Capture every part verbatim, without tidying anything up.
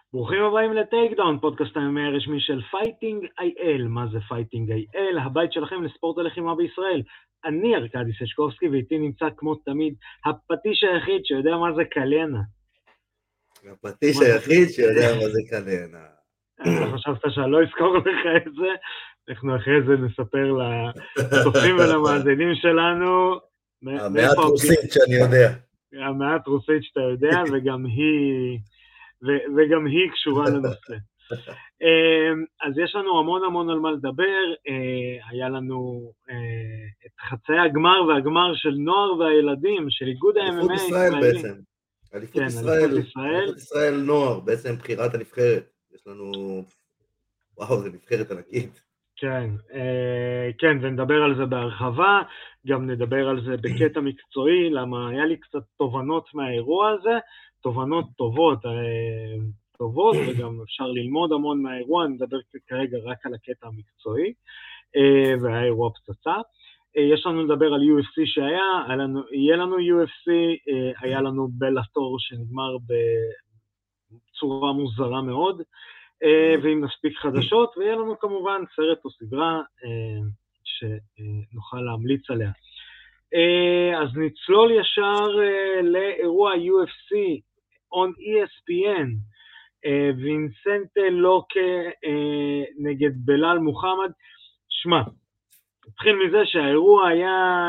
ברוכים הבאים לטייק דאון, פודקאסט היומי הרשמי של פייטינג איי אל. מה זה פייטינג איי אל? הבית שלכם לספורט הלחימה בישראל. אני ארקדי סשקובסקי, ואיתי נמצא כמו תמיד הפטיש היחיד שיודע מה זה קלנה. הפטיש היחיד שיודע מה זה קלנה. אתה חשבת שאני לא אזכור לך את זה? אנחנו אחרי זה נספר לצופים ולמאזינים שלנו. המעט רוסית שאני יודע. המעט רוסית שאתה יודע, וגם היא... ו- וגם היא קשורה לנושא. אז יש לנו המון המון על מה לדבר. היה לנו את חצאי הגמר והגמר של נוער והילדים, של איגוד ה-אם אם איי. אליפות ישראל בעצם. אליפות ישראל, אליפות ישראל נוער, בעצם בחירת הנבחרת. יש לנו, וואו, זה נבחרת ענקית. כן, כן, ונדבר על זה בהרחבה, גם נדבר על זה בקטע מקצועי, למה היה לי קצת תובנות מהאירוע הזה, תובנות טובות, טובות, וגם אפשר ללמוד המון מהאירוע. אני מדבר כרגע רק על הקטע המקצועי, והיה אירוע פצצה. יש לנו לדבר על יו אף סי שהיה, יהיה לנו יו אף סי, היה לנו בלאטור שנגמר בצורה מוזרה מאוד, ואם נספיק חדשות, ויהיה לנו כמובן סרט או סדרה שנוכל להמליץ עליה. אז נצלול ישר לאירוע יו אף סי on אי אס פי אן, וינסנטה לוקה נגד בלאל מוחמד. שמע, התחיל מזה שהאירוע היה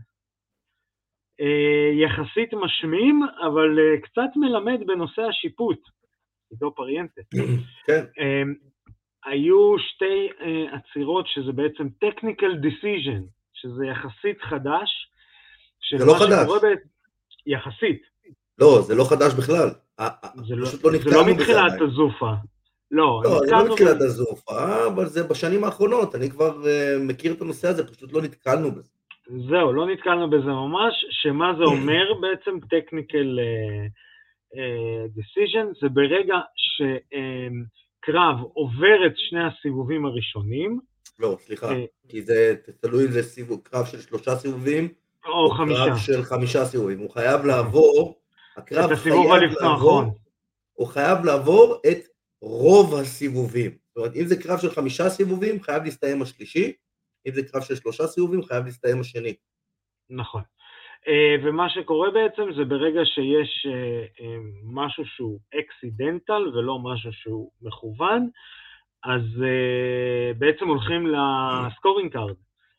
יחסית משמים, אבל קצת מלמד בנושא השיפוט. עידו פריאנטה. כן. היו שתי עצירות שזה בעצם technical decision, שזה יחסית חדש. זה לא חדש. יחסית. לא, זה לא חדש בכלל. זה לא מתחילת הזופה. לא, זה לא מתחילת הזופה, אבל זה בשנים האחרונות. אני כבר מכיר את הנושא הזה, פשוט לא נתקלנו בזה. זהו, לא נתקלנו בזה ממש. שמה זה אומר בעצם technical decision? זה ברגע שקרב עובר את שני הסיבובים הראשונים. לא, סליחה, כי זה תלוי אם זה קרב של שלושה סיבובים, או חמישה. קרב של חמישה סיבובים. הוא חייב לעבור, הקרב חייב לעבור, הוא חייב לעבור את רוב הסיבובים. זאת אומרת, אם זה קרב של חמישה סיבובים, חייב להסתיים השלישי, אם זה קרב של שלושה סיבובים, חייב להסתיים השני. נכון. ומה שקורה בעצם זה ברגע שיש משהו שהוא אקסידנטל ולא משהו שהוא מכוון, אז בעצם הולכים לסקורינג קארד.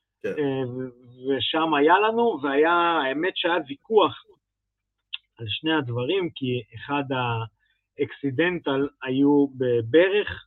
ושם היה לנו, והיה, האמת שהיה ויכוח על שני הדברים, כי אחד האקסידנטל היו בברך,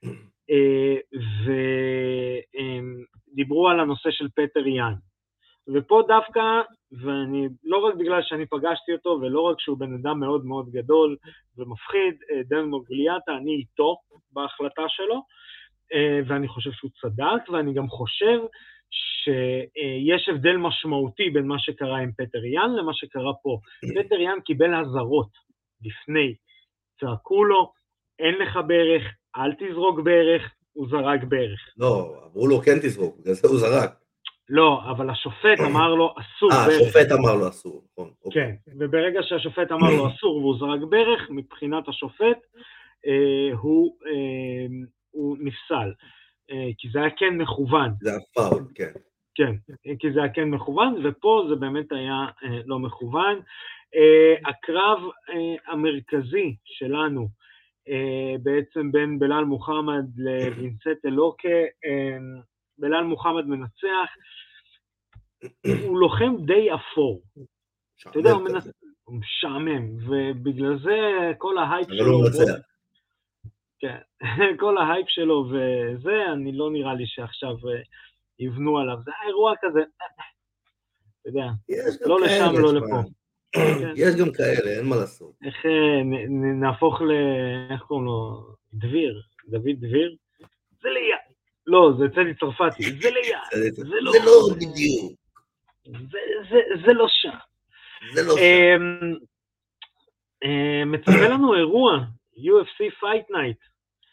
ודיברו על הנושא של פטר יאן. ופה דווקא, ואני, לא רק בגלל שאני פגשתי אותו, ולא רק שהוא בן אדם מאוד מאוד גדול ומפחיד, דן מוגליאטה, אני איתו בהחלטה שלו, ואני חושב שהוא צדק, ואני גם חושב שיש הבדל משמעותי בין מה שקרה עם פטר יאן למה שקרה פה. פטר יאן קיבל הזרות לפני, צעקו לו, אין לך ברך, אל תזרוק ברך, הוא זרק ברך. לא, אמרו לו כן תזרוק, בגלל זה הוא זרק. לא, אבל השופט אמר לו אסור ברך. אה, השופט אמר לו אסור, נכון. כן, וברגע שהשופט אמר לו אסור והוא זרק ברך, מבחינת השופט, הוא נפסל. כי זה היה כן מכוון. זה היה פאול, כן. כן, כי זה היה כן מכוון, ופה זה באמת היה לא מכוון. הקרב המרכזי שלנו, בעצם בין בלאל מוחמד לווינסנטה לוקה, בלאל מוחמד מנצח, הוא לוחם די אפור. אתה יודע, הוא משעמם, ובגלל זה כל ההייפ שלו... אבל הוא מנצח. כן, כל ההייפ שלו וזה, אני לא נראה לי שעכשיו יבנו עליו. זה האירוע כזה, אתה יודע, לא לשם, לא לפה. יש גם כאלה, אין מה לעשות. איך נהפוך ל... איך קוראים לו? דביר, דוד דביר? זה ליד. לא, זה צדי צרפתי, זה ליד. זה לא בדיוק. זה לא שם. זה לא שם. מצווה לנו אירוע, יו אף סי Fight Night.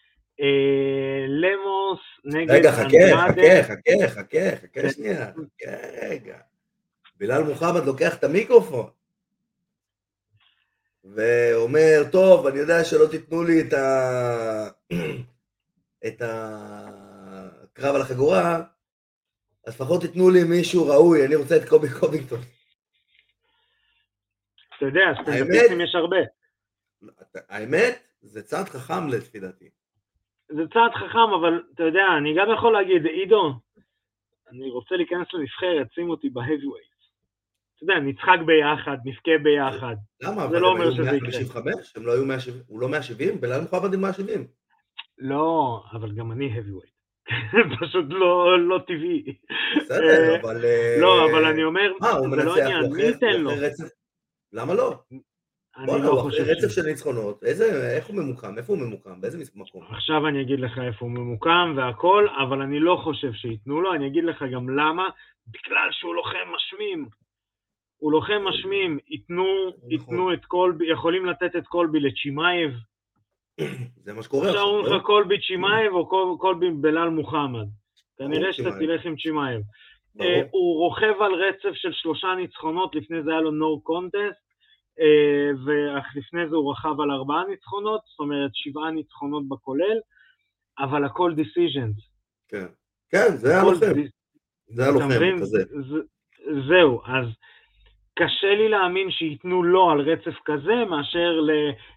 למוס נגד... רגע, חכה, חכה, חכה, חכה, חכה שנייה. רגע. בלאל מוחמד לוקח את המיקרופון. ואומר, טוב, אני יודע שלא תיתנו לי את ה... את הקרב על החגורה, אז לפחות תיתנו לי מישהו ראוי, אני רוצה את קובי קובינגטון. אתה יודע, סטנדאפיסטים יש הרבה. האמת, זה צעד חכם לפי דעתי. זה צעד חכם, אבל אתה יודע, אני גם יכול להגיד, עידו, אני רוצה להיכנס לנבחרת, שים אותי בהאביווייט. אתה יודע, נצחק ביחד, נפקה ביחד. למה? זה לא אומר שזה יקרה. שבעים וחמש? הם לא היו מאה שבעים? הוא לא מאה שבעים? בלעד מוחמד עם מאה שבעים. לא, אבל גם אני heavyweight. פשוט לא, לא טבעי. בסדר, אבל... לא, אבל אני אומר, מה, הוא מנצח, זה לא עניין, מי ייתן לו? למה לא? בוא לא, הוא אחרי רצף של ניצחונות. איך הוא ממוקם? איפה הוא ממוקם? באיזה מקום? עכשיו אני אגיד לך איפה הוא ממוקם והכל, אבל אני לא חושב שיתנו לו, אני אגיד לך גם למה, בגלל שהוא לוחם משמים. הוא לוחם משמים, ייתנו, ייתנו את קולבי, יכולים לתת את קולבי לצ'ימאייב. זה מה שקורה. עכשיו אומרים לך קולבי צ'ימאייב או קולבי בלאל מוחמד. כנראה שאתה תלך עם צ'ימאייב. הוא רוכב על רצף של שלושה ניצחונות, לפני זה היה לו no contest, ולפני זה הוא רכב על ארבעה ניצחונות, זאת אומרת שבעה ניצחונות בכולל, אבל הכל decisions. כן, כן, זה היה לוחם. זה היה לוחם כזה. זהו, אז קשה לי להאמין שיתנו לו על רצף כזה, מאשר ל...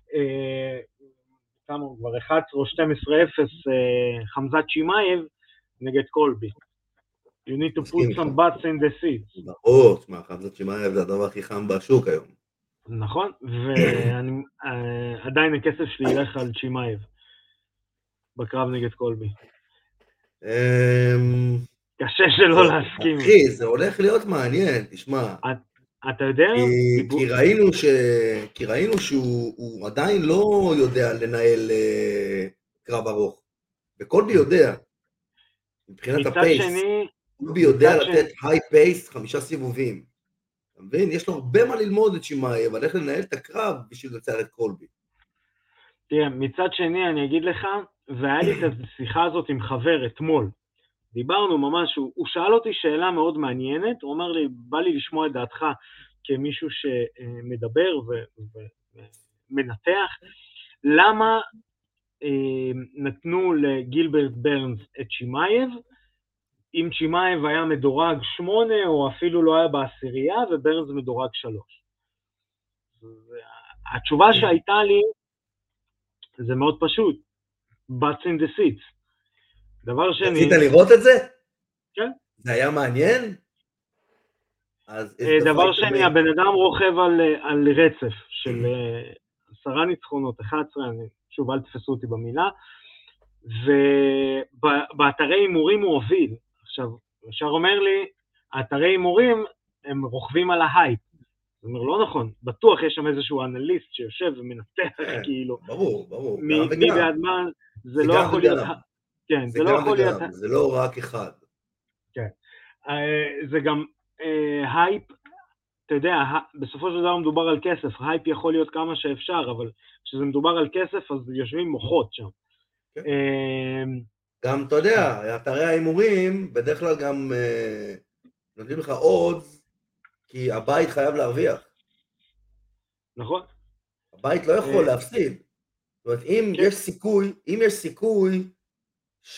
כמה הוא כבר אחת עשרה או שתים עשרה אפס חמזת צ'ימאייב נגד קולבי. You need to put some butts in the seats. ברור, תשמע, חמזת צ'ימאייב זה הדבר הכי חם בשוק היום. נכון, ועדיין הכסף שלי ילך על צ'ימאייב בקרב נגד קולבי. קשה שלא להסכים. אחי, זה הולך להיות מעניין, תשמע. אתה יודע? כי ראינו ש... כי ראינו שהוא עדיין לא יודע לנהל קרב ארוך. וקולבי יודע, מבחינת הפייס, קולבי יודע לתת היי פייס, חמישה סיבובים. אתה מבין? יש לו הרבה מה ללמוד את צ'ימאייב, אבל איך לנהל את הקרב בשביל לנצח את קולבי. תראה, מצד שני אני אגיד לך, והיה לי את השיחה הזאת עם חבר אתמול, דיברנו ממש, הוא, הוא שאל אותי שאלה מאוד מעניינת, הוא אמר לי, בא לי לשמוע את דעתך כמישהו שמדבר ומנתח, למה אה, נתנו לגילברט ברנס את צ'ימאייב, אם צ'ימאייב היה מדורג שמונה, או אפילו לא היה בעשירייה, וברנס מדורג שלוש. התשובה שהייתה לי, זה מאוד פשוט, butts in the seats. דבר שני... רצית לראות את זה? כן. זה היה מעניין? דבר שני, הבן אדם רוכב על, על רצף של עשרה ניצחונות, אחת עשרה, אני, שוב, אל תפסו אותי במילה, ובאתרי הימורים הוא הוביל. עכשיו, ישר אומר לי, האתרי הימורים הם רוכבים על ההייפ. זאת אומרת, לא נכון, בטוח יש שם איזשהו אנליסט שיושב ומנתח, כאילו. ברור, ברור. מי בעד מה, זה לא יכול להיות... כן, זה לא יכול להיות... זה לא רק אחד. כן. זה גם הייפ, אתה יודע, בסופו של דבר מדובר על כסף, הייפ יכול להיות כמה שאפשר, אבל כשזה מדובר על כסף, אז יושבים מוחות שם. גם, אתה יודע, אתרי ההימורים, בדרך כלל גם נותנים לך עוד, כי הבית חייב להרוויח. נכון. הבית לא יכול להפסיד. זאת אומרת, אם יש סיכוי, אם יש סיכוי ש...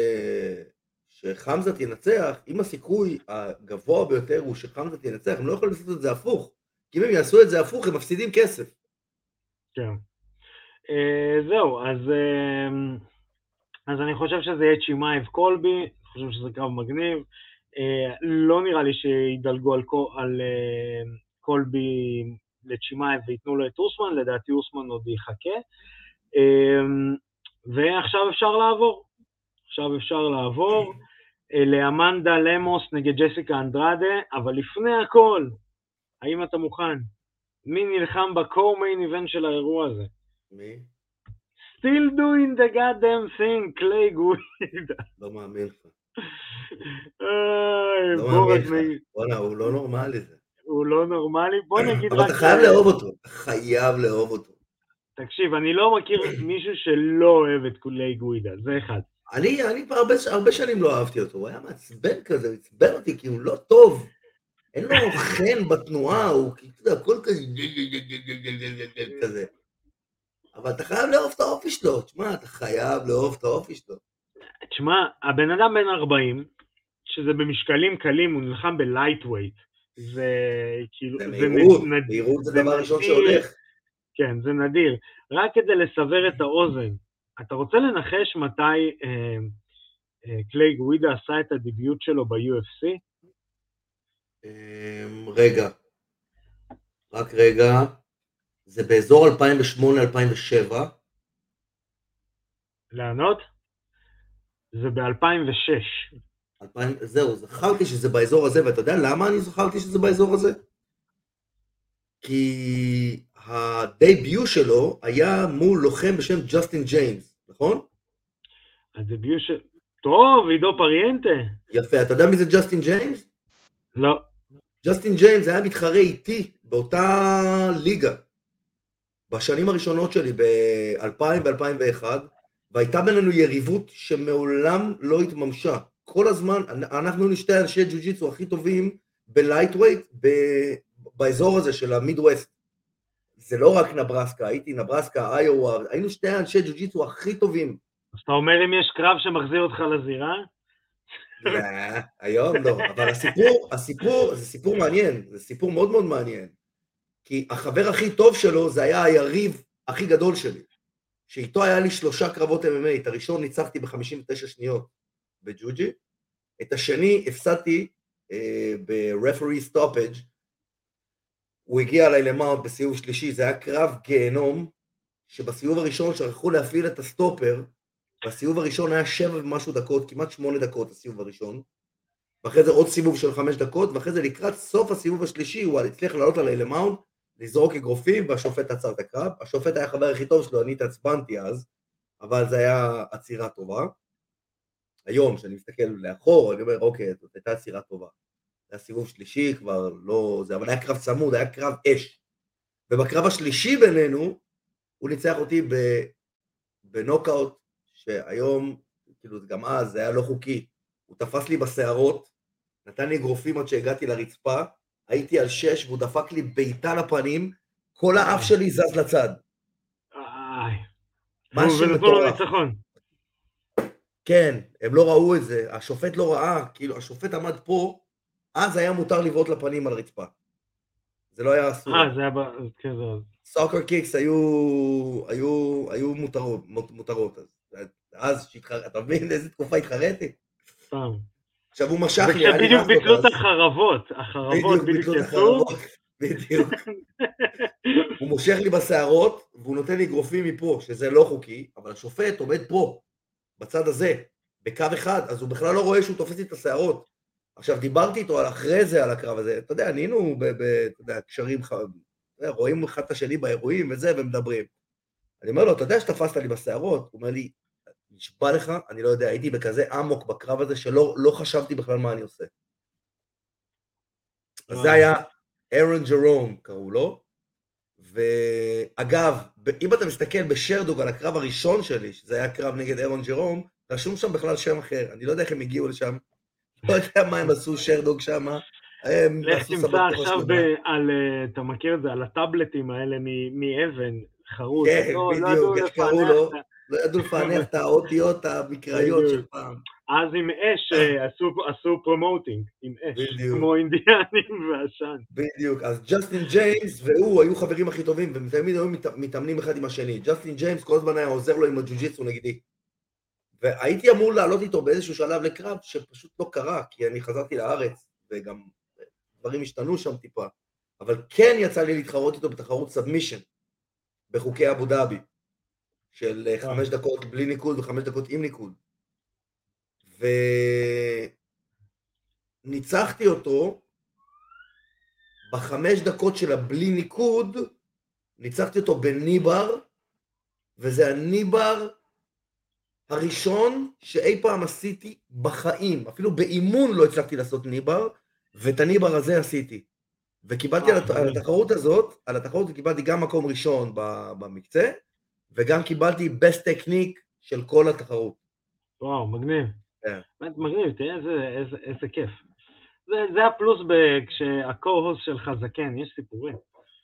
שחמזת ינצח, אם הסיכוי הגבוה ביותר הוא שחמזת ינצח, הם לא יכולים לעשות את זה הפוך. כי אם הם יעשו את זה הפוך, הם מפסידים כסף. כן. זהו, אז... אז אני חושב שזה יהיה צ'ימאייב קולבי, אני חושב שזה קרב מגניב, לא נראה לי שידלגו על, על קולבי לצ'ימאייב ויתנו לו את אוסמן, לדעתי אוסמן עוד יחכה, ועכשיו אפשר לעבור, עכשיו אפשר לעבור לאמנדה למוס נגד ג'סיקה אנדרדה, אבל לפני הכל, האם אתה מוכן? מי נלחם בקו-מיין איבנט של האירוע הזה? מי? Still doing the goddamn thing, קליי גווידה. לא מאמין לך. לא מאמין לך. בוא'נה, הוא לא נורמלי זה. הוא לא נורמלי, בוא נגיד רק... אבל אתה חייב לאהוב אותו, אתה חייב לאהוב אותו. תקשיב, אני לא מכיר מישהו שלא אוהב את קליי גווידה, זה אחד. אני כבר הרבה שנים לא אהבתי אותו, הוא היה מעצבן כזה, הוא עצבן אותי כי הוא לא טוב. אין לו חן בתנועה, הוא כאילו, הכל כזה, כזה. אבל אתה חייב לאהוב את האופי שלו, תשמע, אתה חייב לאהוב את האופי שלו. תשמע, הבן אדם בן ארבעים, שזה במשקלים קלים, הוא נלחם בלייט ווייט. זה כאילו, זה זה מהירות, נד... מהירות זה זה דבר ראשון נדיר. שהולך. כן, זה נדיר. רק כדי לסבר את האוזן, אתה רוצה לנחש מתי אה, אה, קליי גווידה עשה את הדיביוט שלו ב-יו אף סי? אה, רגע, רק רגע, זה באזור אלפיים ושמונה אלפיים ושבע. לענות? זה ב-אלפיים ושש. זהו, זכרתי שזה באזור הזה, ואתה יודע למה אני זכרתי שזה באזור הזה? כי הדייביוט שלו היה מול לוחם בשם ג'סטין ג'יימס, נכון? הדייביוט של... טוב, עידו פריאנטה. יפה, אתה יודע מי זה ג'סטין ג'יימס? לא. ג'סטין ג'יימס היה מתחרה איתי באותה ליגה, בשנים הראשונות שלי, ב-אלפיים ו-אלפיים ואחת, והייתה בינינו יריבות שמעולם לא התממשה. כל הזמן, אנחנו נשתי אנשי ג'ו-ג'יטסו הכי טובים בלייטווייט, באזור הזה של המיד-ווסט. זה לא רק נברסקה, הייתי נברסקה, איואה, היינו שתי אנשי ג'ו-ג'יטסו הכי טובים. אז אתה אומר אם יש קרב שמחזיר אותך לזירה? לא, היום לא, אבל הסיפור, הסיפור, זה סיפור מעניין, זה סיפור מאוד מאוד מעניין. כי החבר הכי טוב שלו זה היה היריב הכי גדול שלי, שאיתו היה לי שלושה קרבות אם אם איי, את הראשון ניצחתי ב-חמישים ותשע שניות בג'וג'י, את השני הפסדתי אה, ב-referee stoppage, הוא הגיע עליי למאונט בסיבוב שלישי, זה היה קרב גיהנום, שבסיבוב הראשון שכחו להפעיל את הסטופר, והסיבוב הראשון היה שבע ומשהו דקות, כמעט שמונה דקות הסיבוב הראשון, ואחרי זה עוד סיבוב של חמש דקות, ואחרי זה לקראת סוף הסיבוב השלישי, הוא הצליח לעלות עליי למאונט, לזרוק אגרופים, והשופט עצר את הקרב. השופט היה חבר הכי טוב שלו, אני התעצבנתי אז, אבל זה היה עצירה טובה. היום, כשאני מסתכל לאחור, אני אומר, אוקיי, זאת הייתה עצירה טובה. זה היה סיבוב שלישי, כבר לא... זה, אבל היה קרב צמוד, היה קרב אש. ובקרב השלישי בינינו, הוא ניצח אותי בנוקאוט, שהיום, כאילו, גם אז, זה היה לא חוקי. הוא תפס לי בשערות, נתן לי אגרופים עד שהגעתי לרצפה, הייתי על שש, והוא דפק לי בעיטה לפנים, כל האף שלי זז לצד. משהו מטורף. כן, הם לא ראו את זה, השופט לא ראה, כאילו, השופט עמד פה, אז היה מותר לבעוט לפנים על רצפה. זה לא היה אסור. אה, זה היה... כן, זה... סוקר קיקס היו, היו, היו מותרות, מותרות. אז, אתה מבין איזה תקופה התחרתי? סתם. עכשיו הוא משך לי, וכשבדיוק ביטלו את החרבות, החרבות בדיוק יצאו. בדיוק. הוא מושך לי בשערות, והוא נותן לי אגרופים מפה, שזה לא חוקי, אבל השופט עומד פה, בצד הזה, בקו אחד, אז הוא בכלל לא רואה שהוא תופס לי את השערות. עכשיו, דיברתי איתו על אחרי זה, על הקרב הזה, אתה יודע, ענינו בקשרים, רואים אחד את השני באירועים וזה, ומדברים. אני אומר לו, אתה יודע שתפסת לי בשערות? הוא אומר לי, נשבע לך, אני לא יודע, הייתי בכזה עמוק בקרב הזה, שלא לא חשבתי בכלל מה אני עושה. אז זה היה אירון ג'רום, קראו לו, ואגב, אם אתה מסתכל בשרדוג על הקרב הראשון שלי, שזה היה קרב נגד אירון ג'רום, רשום שם בכלל שם אחר, אני לא יודע איך הם הגיעו לשם, לא יודע מה הם עשו שרדוג שם, הם לך תמצא עכשיו על, אתה מכיר את זה, על הטאבלטים האלה מאבן, חרוץ. כן, בדיוק, איך קראו לו, לא ידעו לפענח את האותיות המקראיות של פעם. אז עם אש עשו פרומוטינג, עם אש, כמו אינדיאנים ועשן. בדיוק, אז ג'סטין ג'יימס והוא היו חברים הכי טובים, ותמיד היו מתאמנים אחד עם השני. ג'סטין ג'יימס כל הזמן היה עוזר לו עם הג'ו-ג'יטסו נגדי. והייתי אמור לעלות איתו באיזשהו שלב לקרב, שפשוט לא קרה, כי אני חזרתי לארץ, וגם דברים השתנו שם טיפה. אבל כן יצא לי להתחרות איתו בתחרות סאבמישן, בחוקי אבו דאבי, של חמש דקות בלי ניקוד וחמש דקות עם ניקוד. וניצחתי אותו בחמש דקות של הבלי ניקוד, ניצחתי אותו בניבר, וזה הניבר הראשון שאי פעם עשיתי בחיים, אפילו באימון לא הצלחתי לעשות ניבר, ואת הניבר הזה עשיתי. וקיבלתי על התחרות הזאת, על התחרות קיבלתי גם מקום ראשון במקצה, וגם קיבלתי best technique של כל התחרות. וואו, מגניב. מגניב, תראה איזה כיף. זה הפלוס כשהקו-הוסט שלך זקן, יש סיפורים.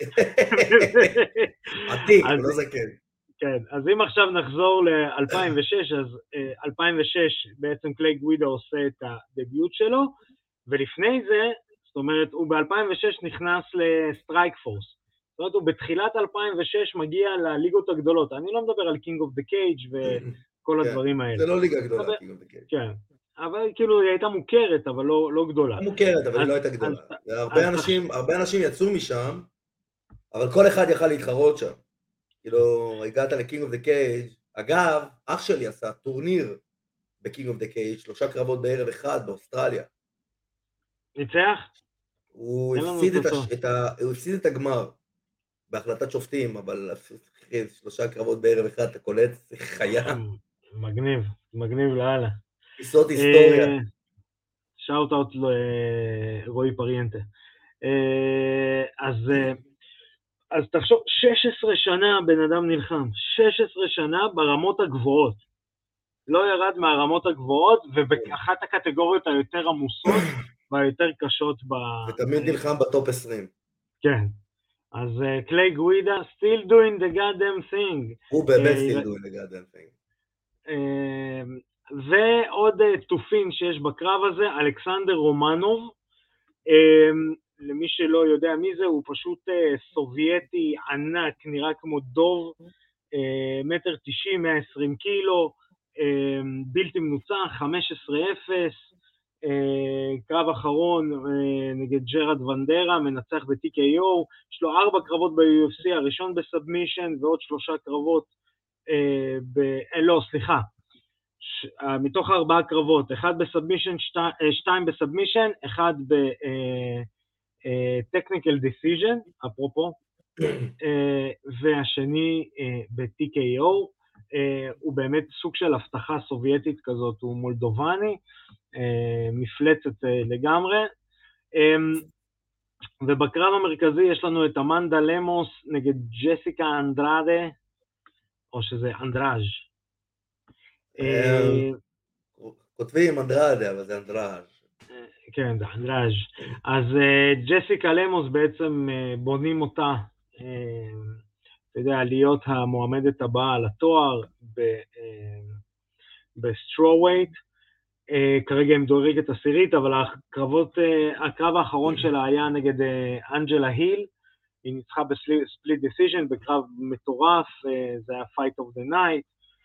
עתיק, לא זקן. כן, אז אם עכשיו נחזור ל-אלפיים ושש, אז אלפיים ושש בעצם קליי גווידה עושה את הדביוט שלו, ולפני זה, זאת אומרת, הוא ב-אלפיים ושש נכנס לסטרייק פורס. זאת אומרת, הוא בתחילת אלפיים ושש מגיע לליגות הגדולות. אני לא מדבר על King of the Cage וכל הדברים האלה. זה לא ליגה גדולה, King of the Cage. כן, אבל כאילו היא הייתה מוכרת, אבל לא גדולה. מוכרת, אבל היא לא הייתה גדולה. הרבה אנשים יצאו משם, אבל כל אחד יכל להתחרות שם. כאילו, הגעת ל-King of the Cage, אגב, אח שלי עשה טורניר ב-King of the Cage, שלושה קרבות בערב אחד באוסטרליה. ניצח? הוא הפסיד את הגמר בהחלטת שופטים, אבל שלושה קרבות בערב אחד, אתה קולט, זה חיה. מגניב, מגניב לאללה. פיסות היסטוריה. שאוט אאוט לרועי פריאנטה. אז... אז תחשוב, שש עשרה שנה בן אדם נלחם, שש עשרה שנה ברמות הגבוהות, לא ירד מהרמות הגבוהות, ובאחת הקטגוריות היותר עמוסות, והיותר קשות ב... ותמיד נלחם בטופ עשרים. כן, אז קליי גווידה, still doing the goddamn thing. הוא באמת still doing the goddamn thing. ועוד תופין שיש בקרב הזה, אלכסנדר רומנוב, למי שלא יודע מי זה, הוא פשוט סובייטי ענק, נראה כמו דוב, מטר תשעים, מאה ועשרים קילו, בלתי מנוצח, חמש עשרה אפס, קרב אחרון נגד ג'רד ונדרה, מנצח ב-טי קיי או, יש לו ארבע קרבות ב-יו אף סי, הראשון בסאבמישן ועוד שלושה קרבות, ב... לא, סליחה, ש... מתוך ארבעה קרבות, אחד בסאבמישן, שתי... שתיים בסאבמישן, אחד ב... technical decision, אפרופו, והשני ב-טי קיי או, הוא באמת סוג של הבטחה סובייטית כזאת, הוא מולדובני, מפלצת לגמרי, ובקרב המרכזי יש לנו את אמנדה למוס נגד ג'סיקה אנדרדה, או שזה אנדראז'. כותבים אנדרדה, אבל זה אנדראז'. כן, זה אנדראז'. אז ג'סיקה למוס בעצם בונים אותה, אתה יודע, להיות המועמדת הבאה לתואר בסטרואווייט, כרגע הם דורגת עשירית, אבל הקרבות, הקרב האחרון שלה היה נגד אנג'לה היל, היא ניצחה בספליט דיסיז'ן, בקרב מטורף, זה היה Fight of the Night,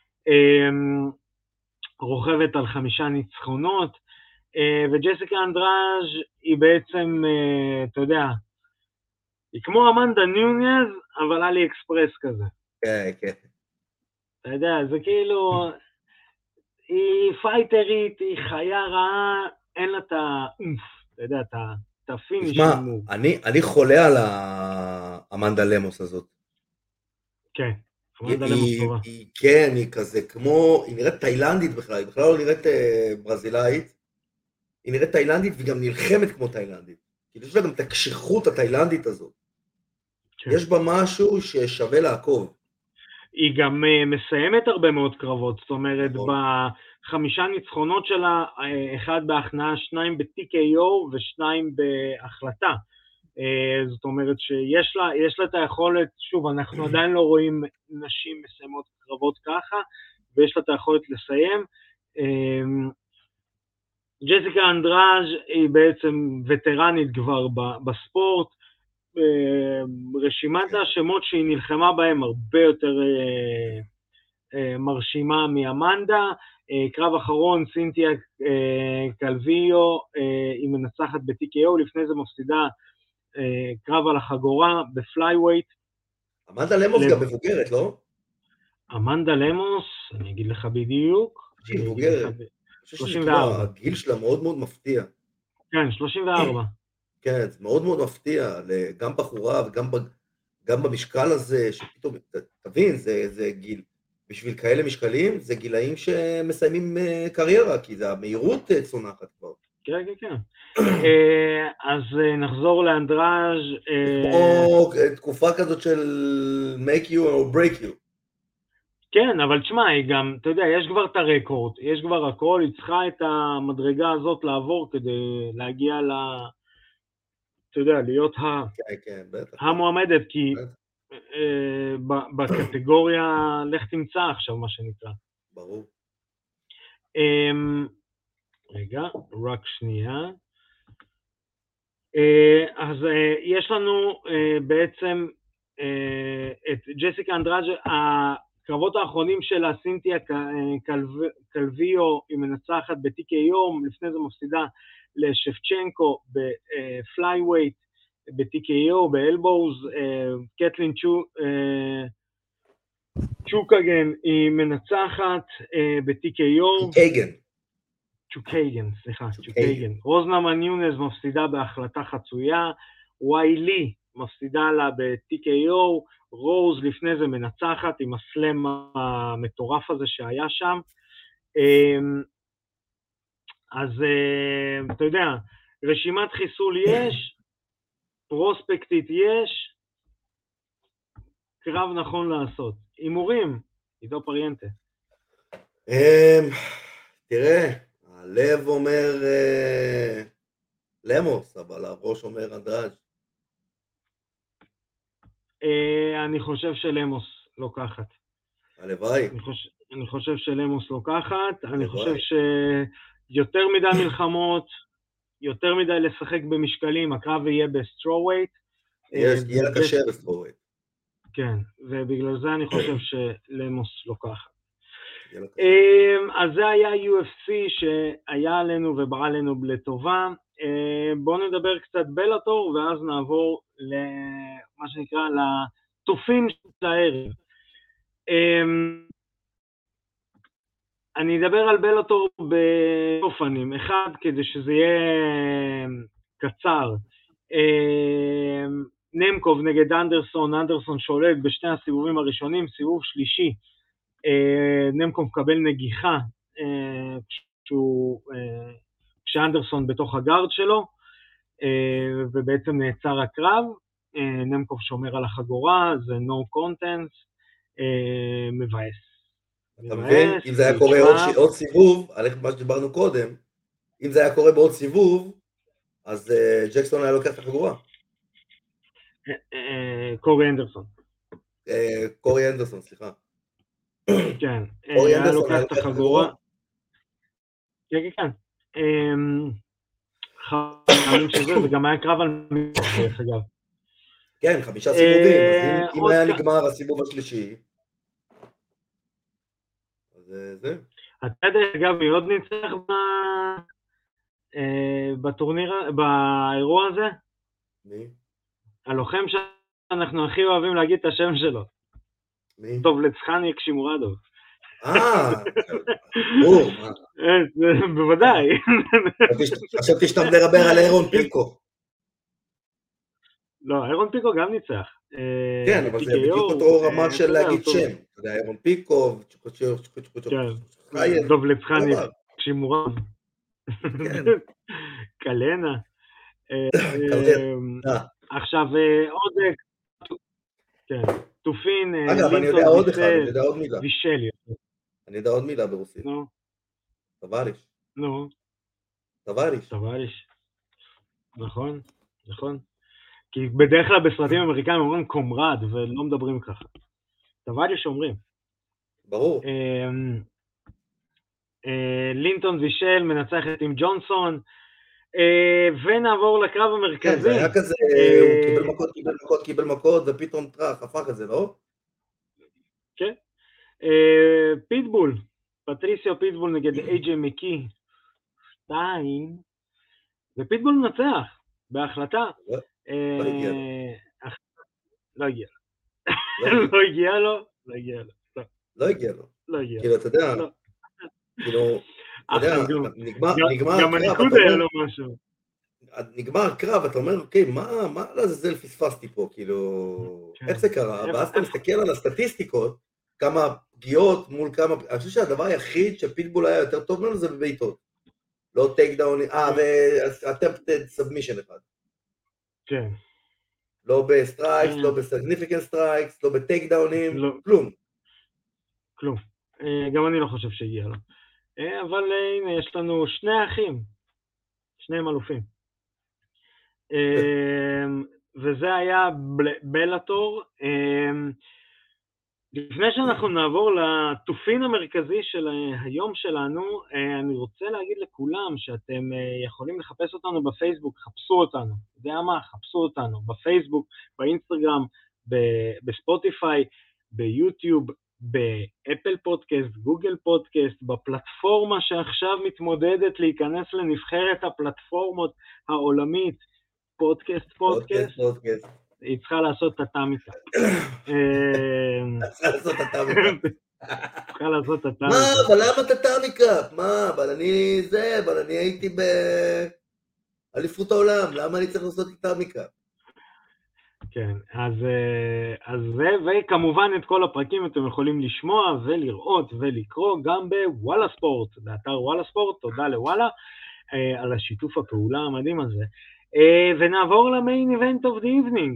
רוכבת על חמישה ניצחונות, וג'סיקה אנדראז' היא בעצם, אתה יודע, היא כמו אמנדה ניוניאז, אבל אלי אקספרס כזה. כן, כן. אתה יודע, זה כאילו, היא פייטרית, היא חיה רעה, אין לה את האומף, אתה יודע, את הפיניש. תשמע, אני חולה על אמנדה למוס הזאת. כן, אמנדה למוס טובה. כן, היא כזה כמו, היא נראית תאילנדית בכלל, היא בכלל לא נראית ברזילאית, היא נראית תאילנדית וגם נלחמת כמו תאילנדית. כאילו יש לה גם את הקשיחות התאילנדית הזאת. כן. יש בה משהו ששווה לעקוב. היא גם מסיימת הרבה מאוד קרבות, זאת אומרת, בחמישה ניצחונות שלה, אחד בהכנעה, שניים ב-טי קיי או ושניים בהחלטה. זאת אומרת שיש לה, יש לה את היכולת, שוב, אנחנו עדיין לא רואים נשים מסיימות קרבות ככה, ויש לה את היכולת לסיים. ג'סיקה אנדראז' היא בעצם וטרנית כבר בספורט, רשימת השמות שהיא נלחמה בהם הרבה יותר מרשימה מאמנדה, קרב אחרון סינתיה קלוויו, היא מנצחת ב-טי קיי או, לפני זה מפסידה קרב על החגורה בפלייווייט. אמנדה למוס גם מבוגרת, לא? אמנדה למוס, אני אגיד לך בדיוק. היא מבוגרת. שלושים וארבע. הגיל שלה מאוד מאוד מפתיע. כן, שלושים וארבע. כן, זה מאוד מאוד מפתיע, גם בחורה וגם גם במשקל הזה, שפתאום, תבין, זה, זה גיל, בשביל כאלה משקלים, זה גילאים שמסיימים קריירה, כי זה המהירות צונחת כבר. כן, כן, כן. אז נחזור לאנדראז'. כמו תקופה כזאת של make you or break you. כן, אבל תשמע, היא גם, אתה יודע, יש כבר את הרקורד, יש כבר הכל, היא צריכה את המדרגה הזאת לעבור כדי להגיע ל... אתה יודע, להיות ה... כן, כן, בטח. המועמדת, כי בטח. אה, בקטגוריה, לך תמצא עכשיו, מה שנקרא. ברור. אה, רגע, רק שנייה. אה, אז אה, יש לנו אה, בעצם אה, את ג'סיקה אנדראג', הקרבות האחרונים שלה, סינתיה קלוויו, היא מנצחת ב-טי קיי או, לפני זה מפסידה לשפצ'נקו בפלייווייט, ב-טי קיי או, באלבוז, קטלין צ'וקגן היא מנצחת ב-טי קיי או. צ'וקייגן. צ'וקייגן, סליחה, צ'וקייגן. רוזנה מניונז מפסידה בהחלטה חצויה, ויילי מפסידה לה ב-טי קיי או, רוז לפני זה מנצחת עם הסלם המטורף הזה שהיה שם. אז אתה יודע, רשימת חיסול יש, פרוספקטית יש, קרב נכון לעשות. הימורים, עידו פריאנטה. תראה, הלב אומר למוס, אבל הראש אומר אנדראג'. אני חושב שלמוס לוקחת. הלוואי. אני חושב שלמוס לוקחת, אני חושב שיותר מדי מלחמות, יותר מדי לשחק במשקלים, הקרב יהיה בסטרווייט. יהיה לה קשה בסטרווייט. כן, ובגלל זה אני חושב שלמוס לוקחת. אז זה היה יו אף סי שהיה עלינו ובא עלינו לטובה. בואו נדבר קצת בלאטור, ואז נעבור למה שנקרא לטופים של הערב. אני אדבר על בלאטור באופנים, אחד כדי שזה יהיה קצר, נמקוב נגד אנדרסון, אנדרסון שולט בשני הסיבובים הראשונים, סיבוב שלישי, נמקוב מקבל נגיחה כשאנדרסון בתוך הגארד שלו, ובעצם נעצר הקרב, נמקוב שומר על החגורה, זה no contents, מבאס. אתה מבין? אם זה היה קורה עוד סיבוב, על מה שדיברנו קודם, אם זה היה קורה בעוד סיבוב, אז ג'קסון היה לוקח את החגורה. קורי אנדרסון. קורי אנדרסון, סליחה. כן, היה לוקח את החגורה. כן, כן, כן. חמים שזה, זה גם היה קרב על דרך אגב. כן, חמישה סיבובים, אז אם היה נגמר הסיבוב השלישי, אז זה. אתה יודע, אגב, מי עוד ניצח בטורניר, באירוע הזה? מי? הלוחם שאנחנו הכי אוהבים להגיד את השם שלו. מי? טוב, לצחני קשימורדוב. אה, ברור. בוודאי. חשבתי שאתה מדבר על אירון פיקו. לא, אירון פיקו גם ניצח. כן, אבל זה בדיוק אותו רמה של להגיד שם. זה אירון פיקו, דוב לצחני קשימורדוב. קלנה. עכשיו עוד, כן, תופין, אגב, אני יודע עוד אחד, אני יודע עוד מילה. וישלי. אני יודע עוד מילה ברוסית. נו. טווריש. נו. טווריש. טווריש. נכון, נכון. כי בדרך כלל בסרטים אמריקאים אומרים קומרד, ולא מדברים ככה. טווריש אומרים. ברור. לינטון וישל מנצחת עם ג'ונסון, ונעבור לקרב המרכזי. כן, זה היה כזה, הוא קיבל מכות, קיבל מכות, קיבל מכות, ופתאום טרח, הפך את זה, לא? כן. פיטבול, פטריסיו פיטבול נגד איי-ג'יי מקי, שתיים, ופיטבול מנצח, בהחלטה. לא הגיע לו. לא הגיע לו. לא הגיע לו, לא הגיע לו. לא הגיע לו. לא הגיע לו. כאילו, אתה יודע, כאילו, אתה יודע, נגמר גם הניקוד היה לו משהו. נגמר קרב, אתה אומר, אוקיי, מה לעזאזל פספסתי פה, כאילו, איך זה קרה? ואז אתה מסתכל על הסטטיסטיקות, כמה פגיעות מול כמה, אני חושב שהדבר היחיד שפיטבול היה יותר טוב ממנו זה בביתות. לא טייק דאון, אה, ואטמפטד סאבמישן אחד. כן. לא בסטרייקס, לא בסגניפיקנט סטרייקס, לא בטייק דאונים, כלום. כלום. גם אני לא חושב שהגיע לו. אבל הנה, יש לנו שני אחים, שניהם אלופים. וזה היה בלאטור. לפני שאנחנו נעבור לתופין המרכזי של היום שלנו, אני רוצה להגיד לכולם שאתם יכולים לחפש אותנו בפייסבוק, חפשו אותנו, יודע מה? חפשו אותנו בפייסבוק, באינסטגרם, בספוטיפיי, ביוטיוב, באפל פודקאסט, גוגל פודקאסט, בפלטפורמה שעכשיו מתמודדת להיכנס לנבחרת הפלטפורמות העולמית, פודקאסט, פודקאסט, פודקאסט. היא צריכה לעשות את הטאמיקה. צריכה לעשות את הטאמיקה. צריכה לעשות את הטאמיקה. מה, אבל למה את הטאמיקה? מה, אבל אני זה, אבל אני הייתי באליפות העולם, למה אני צריך לעשות את הטאמיקה? כן, אז, אז זה, וכמובן את כל הפרקים אתם יכולים לשמוע ולראות ולקרוא גם בוואלה ספורט, באתר וואלה ספורט, תודה לוואלה על השיתוף הפעולה המדהים הזה. ונעבור למיין איבנט אוף די איבנינג.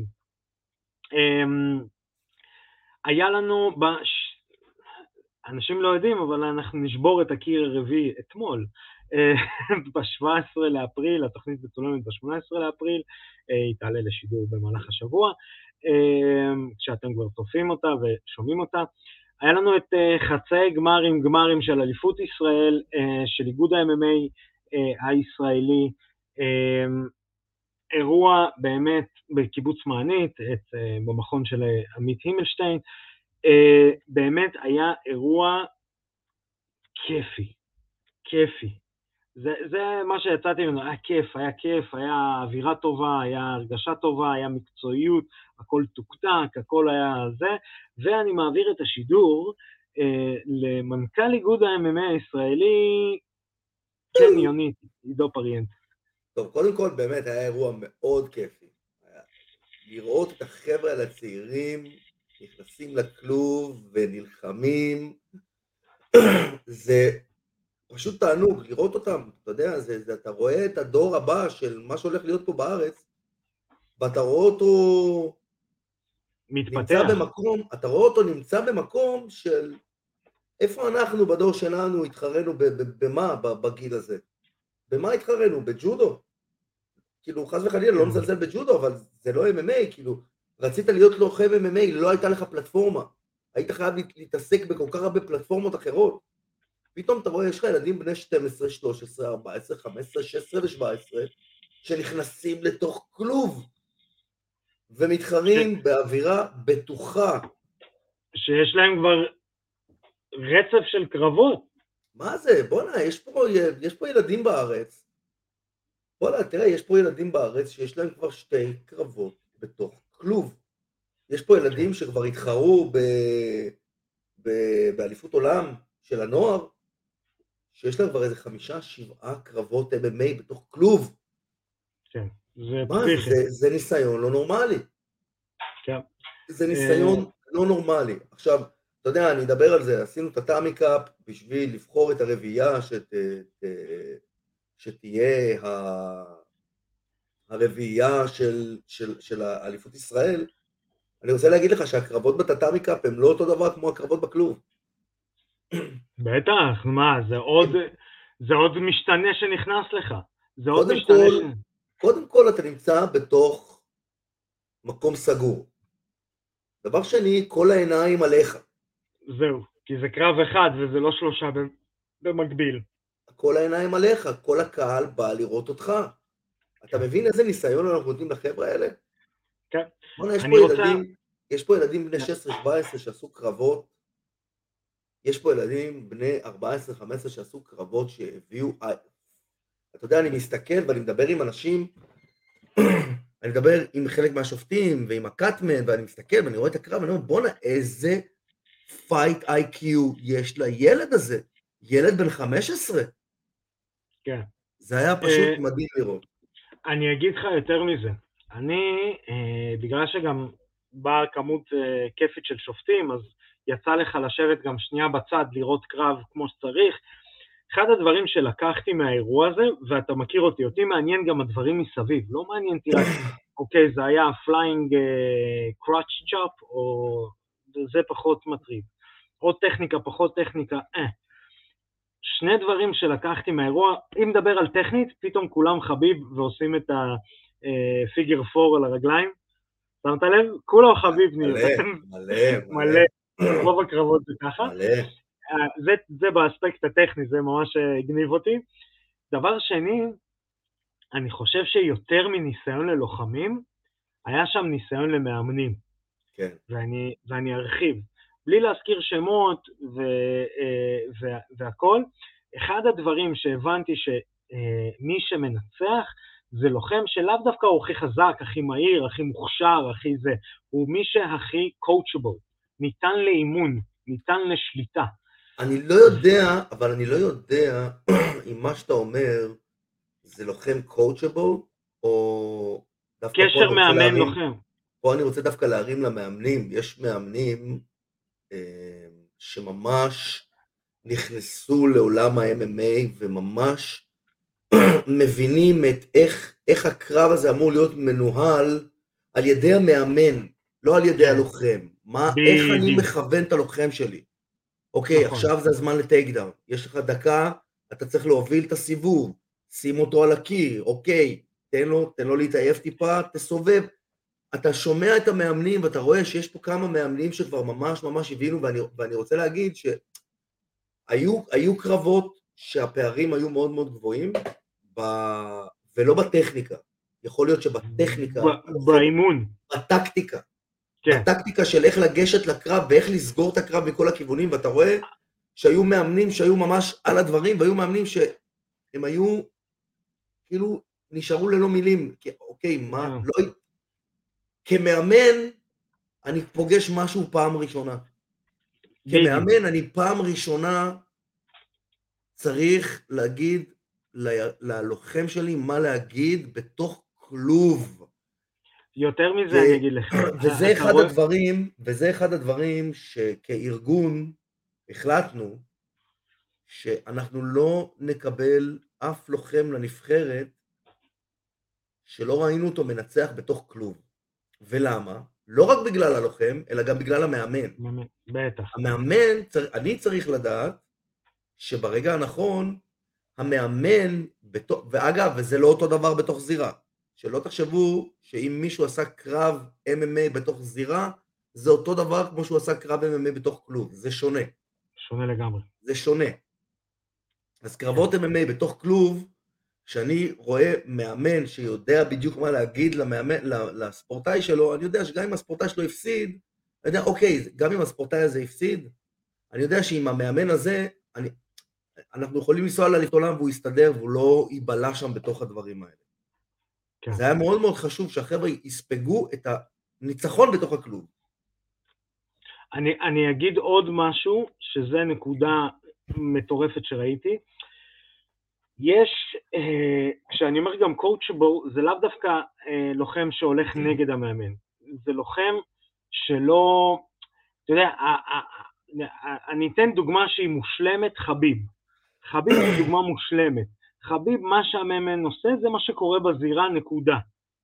היה לנו, בש... אנשים לא יודעים, אבל אנחנו נשבור את הקיר הרביעי אתמול, ב-שבעה עשר לאפריל, התוכנית מצולמת ב-שמונה עשרה לאפריל, היא תעלה לשידור במהלך השבוע, כשאתם כבר צופים אותה ושומעים אותה. היה לנו את חצאי גמרים, גמרים של אליפות ישראל, של איגוד ה-אם אם איי הישראלי, אירוע באמת בקיבוץ מענית, את, במכון של עמית הימלשטיין, באמת היה אירוע כיפי, כיפי. זה, זה מה שיצאתי ממנו, היה כיף, היה כיף, היה אווירה טובה, היה הרגשה טובה, היה מקצועיות, הכל תוקתק, הכל היה זה, ואני מעביר את השידור אה, למנכ"ל איגוד ה-אם אם איי הישראלי, כן יונית, עידו פריאנט. טוב, קודם כל באמת היה אירוע מאוד כיפי. לראות את החבר'ה על הצעירים, נכנסים לכלוב ונלחמים, זה פשוט תענוג, לראות אותם, אתה יודע, זה, זה, אתה רואה את הדור הבא של מה שהולך להיות פה בארץ, ואתה רואה אותו מתפתח. נמצא במקום, אתה רואה אותו נמצא במקום של איפה אנחנו בדור שלנו התחרנו במה בגיל הזה? במה התחרנו? בג'ודו? כאילו, חס וחלילה, לא מזלזל בג'ודו, אבל זה לא אם אם איי, כאילו, רצית להיות לוחם אם אם איי, לא הייתה לך פלטפורמה. היית חייב להתעסק בכל כך הרבה פלטפורמות אחרות. פתאום אתה רואה, יש לך ילדים בני שתים עשרה, שלוש עשרה, ארבע עשרה, חמש עשרה, שש עשרה ו-שבע עשרה, שנכנסים לתוך כלוב, ומתחרים באווירה בטוחה. שיש להם כבר רצף של קרבות. מה זה? בוא'נה, יש פה, יש פה ילדים בארץ, בוא'נה, תראה, יש פה ילדים בארץ שיש להם כבר שתי קרבות בתוך כלוב. יש פה ילדים שכבר התחרו ב... ב... באליפות עולם של הנוער, שיש להם כבר איזה חמישה, שבעה קרבות אם אם איי בתוך כלוב. כן, זה מה, זה, זה ניסיון לא נורמלי. כן. זה ניסיון לא נורמלי. עכשיו, אתה יודע, אני אדבר על זה, עשינו את הטאמיקאפ בשביל לבחור את הרביעייה שת... שתהיה הרביעייה של, של, של האליפות ישראל. אני רוצה להגיד לך שהקרבות בטאטאמיקאפ הם לא אותו דבר כמו הקרבות בכלוב. בטח, מה, זה עוד, זה עוד משתנה שנכנס לך. זה עוד קודם משתנה כל, ש... קודם כל אתה נמצא בתוך מקום סגור. דבר שני, כל העיניים עליך. זהו, כי זה קרב אחד וזה לא שלושה במקביל. כל העיניים עליך, כל הקהל בא לראות אותך. אתה מבין איזה ניסיון אנחנו נותנים לחבר'ה האלה? כן. בונה, יש פה ילדים, רוצה... יש פה ילדים בני שש עשרה שבע עשרה שעשו קרבות, יש פה ילדים בני ארבע עשרה חמש עשרה שעשו קרבות שהביאו, אתה יודע, אני מסתכל ואני מדבר עם אנשים, אני מדבר עם חלק מהשופטים ועם הקאטמן, ואני מסתכל ואני רואה את הקרב, ואני אומר, בונה, איזה פייט איי קיו יש לילד הזה, ילד בן חמש עשרה. כן. זה היה פשוט מדהים לראות. אני אגיד לך יותר מזה, אני, בגלל שגם באה כמות כיפית של שופטים, אז יצא לך לשבת גם שנייה בצד, לראות קרב כמו שצריך. אחד הדברים שלקחתי מהאירוע הזה, ואתה מכיר אותי, אותי מעניין גם הדברים מסביב, לא מעניין אותי רק, אוקיי, זה היה פליינג קראץ' צ'אפ, או זה פחות מטריד. עוד טכניקה, פחות טכניקה, אה. שני דברים שלקחתי מהאירוע, אם מדבר על טכנית, פתאום כולם חביב ועושים את הפיגר פור על הרגליים, שמת לב? כולו חביב נהיה. מלא, מלא. רוב הקרבות זה ככה. מלא. זה, זה באספקט הטכני, זה ממש הגניב אותי. דבר שני, אני חושב שיותר מניסיון ללוחמים, היה שם ניסיון למאמנים. כן. ואני, ואני ארחיב. בלי להזכיר שמות ו, וה, והכל, אחד הדברים שהבנתי שמי שמנצח, זה לוחם שלאו דווקא הוא הכי חזק, הכי מהיר, הכי מוכשר, הכי זה. הוא מי שהכי coachable, ניתן לאימון, ניתן לשליטה. אני לא יודע, אבל אני לא יודע אם מה שאתה אומר, זה לוחם coachable, או דווקא קשר מאמן להרים, לוחם. פה אני רוצה דווקא להרים למאמנים, יש מאמנים אה, שממש נכנסו לעולם ה-אם אם איי, וממש מבינים את איך, איך הקרב הזה אמור להיות מנוהל על ידי המאמן, לא על ידי הלוחם. מה, איך אני מכוון את הלוחם שלי? אוקיי, נכון. עכשיו זה הזמן לטייק דאון. יש לך דקה, אתה צריך להוביל את הסיבוב, שים אותו על הקיר, אוקיי, תן לו, תן לו להתעייף טיפה, תסובב. אתה שומע את המאמנים ואתה רואה שיש פה כמה מאמנים שכבר ממש ממש הבינו, ואני, ואני רוצה להגיד שהיו היו קרבות שהפערים היו מאוד מאוד גבוהים, ב... ולא בטכניקה. יכול להיות שבטכניקה, באימון, בטקטיקה, כן. בטקטיקה של איך לגשת לקרב ואיך לסגור את הקרב מכל הכיוונים, ואתה רואה שהיו מאמנים שהיו ממש על הדברים, והיו מאמנים שהם היו כאילו נשארו ללא מילים, כי, אוקיי, מה, לא... כמאמן, אני פוגש משהו פעם ראשונה. כמאמן, אני פעם ראשונה צריך להגיד ל- ללוחם שלי מה להגיד בתוך כלוב. יותר מזה ו- אני אגיד לך. וזה אחד רואה... הדברים, וזה אחד הדברים שכארגון החלטנו שאנחנו לא נקבל אף לוחם לנבחרת שלא ראינו אותו מנצח בתוך כלוב. ולמה? לא רק בגלל הלוחם, אלא גם בגלל המאמן. בטח. המאמן, אני צריך לדעת שברגע הנכון, המאמן, ואגב, וזה לא אותו דבר בתוך זירה, שלא תחשבו שאם מישהו עשה קרב אם אם איי בתוך זירה, זה אותו דבר כמו שהוא עשה קרב אם אם איי בתוך כלוב, זה שונה. שונה לגמרי. זה שונה. אז קרבות אם אם איי בתוך כלוב, כשאני רואה מאמן שיודע בדיוק מה להגיד למאמן, לספורטאי שלו, אני יודע שגם אם הספורטאי שלו הפסיד, אני יודע, אוקיי, גם אם הספורטאי הזה הפסיד, אני יודע שעם המאמן הזה, אני, אנחנו יכולים לנסוע לאליפות עולם והוא יסתדר, והוא לא ייבלע שם בתוך הדברים האלה. כן. זה היה מאוד מאוד חשוב שהחבר'ה יספגו את הניצחון בתוך הכלוב. אני, אני אגיד עוד משהו, שזה נקודה מטורפת שראיתי, יש, אה, כשאני אומר גם coachable, זה לאו דווקא אה, לוחם שהולך נגד המאמן, זה לוחם שלא, אתה יודע, אה, אה, אה, אני אתן דוגמה שהיא מושלמת, חביב. חביב היא דוגמה מושלמת. חביב, מה שהמאמן עושה, זה מה שקורה בזירה, נקודה.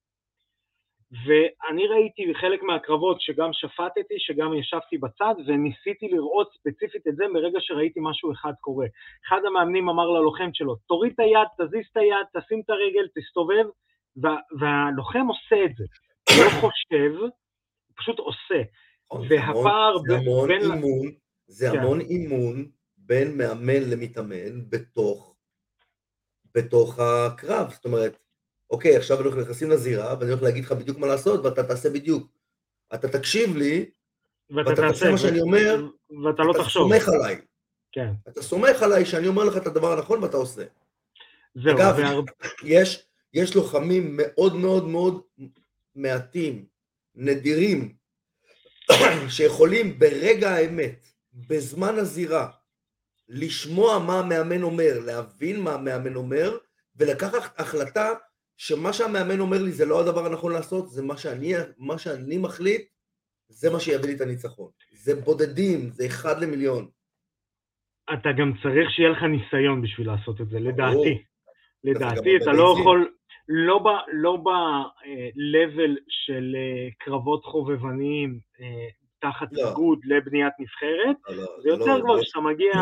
ואני ראיתי בחלק מהקרבות שגם שפטתי, שגם ישבתי בצד, וניסיתי לראות ספציפית את זה ברגע שראיתי משהו אחד קורה. אחד המאמנים אמר ללוחם שלו, תוריד את היד, תזיז את היד, תשים את הרגל, תסתובב, והלוחם עושה את זה. הוא לא חושב, הוא פשוט עושה. והפער זה המון אימון, זה המון אימון בין מאמן למתאמן בתוך, בתוך הקרב. זאת אומרת, אוקיי, עכשיו אנחנו נכנסים לזירה, ואני הולך להגיד לך בדיוק מה לעשות, ואתה תעשה בדיוק. אתה תקשיב לי, ואתה תעשה מה שאני אומר, ואתה לא תחשוב. אתה סומך עליי. כן. אתה סומך עליי שאני אומר לך את הדבר הנכון, ואתה עושה. זהו. אגב, יש, יש לוחמים מאוד מאוד מאוד מעטים, נדירים, שיכולים ברגע האמת, בזמן הזירה, לשמוע מה המאמן אומר, להבין מה המאמן אומר, ולקחת החלטה שמה שהמאמן אומר לי זה לא הדבר הנכון לעשות, זה מה שאני, מה שאני מחליט, זה מה שיביא לי את הניצחון. זה בודדים, זה אחד למיליון. אתה גם צריך שיהיה לך ניסיון בשביל לעשות את זה, לדעתי. לדעתי, אתה לא יכול, לא ב-level של קרבות חובבניים, תחת איגוד לבניית נבחרת, זה יותר כבר שאתה מגיע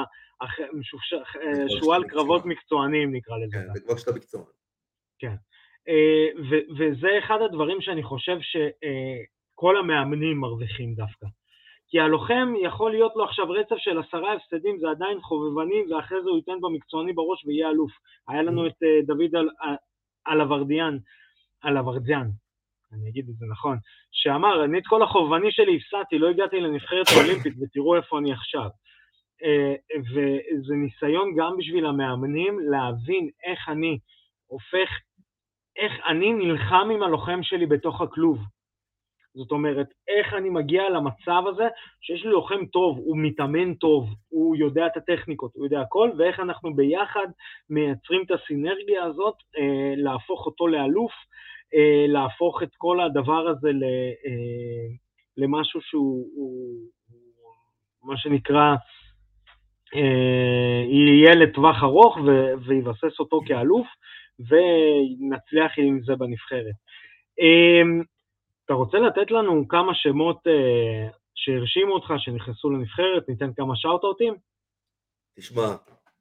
שועל קרבות מקצוענים נקרא לזה. כן, זה כבר שאתה מקצוען. כן, וזה אחד הדברים שאני חושב שכל המאמנים מרוויחים דווקא. כי הלוחם יכול להיות לו עכשיו רצף של עשרה הפסדים, זה עדיין חובבני, ואחרי זה הוא ייתן במקצועני בראש ויהיה אלוף. היה לנו את דוד אלוורדיאן, אלוורדיאן, אני אגיד את זה נכון, שאמר, אני את כל החובבני שלי הפסדתי, לא הגעתי לנבחרת האולימפית, ותראו איפה אני עכשיו. וזה ניסיון גם בשביל המאמנים להבין איך אני הופך, איך אני נלחם עם הלוחם שלי בתוך הכלוב. זאת אומרת, איך אני מגיע למצב הזה, שיש לי לוחם טוב, הוא מתאמן טוב, הוא יודע את הטכניקות, הוא יודע הכל, ואיך אנחנו ביחד מייצרים את הסינרגיה הזאת, אה, להפוך אותו לאלוף, אה, להפוך את כל הדבר הזה ל, אה, למשהו שהוא, הוא, מה שנקרא, אה, יהיה לטווח ארוך, ו, ויבסס אותו כאלוף, ונצליח עם זה בנבחרת. אה, אתה רוצה לתת לנו כמה שמות אה, שהרשימו אותך, שנכנסו לנבחרת, ניתן כמה שאוט-אוטים? תשמע,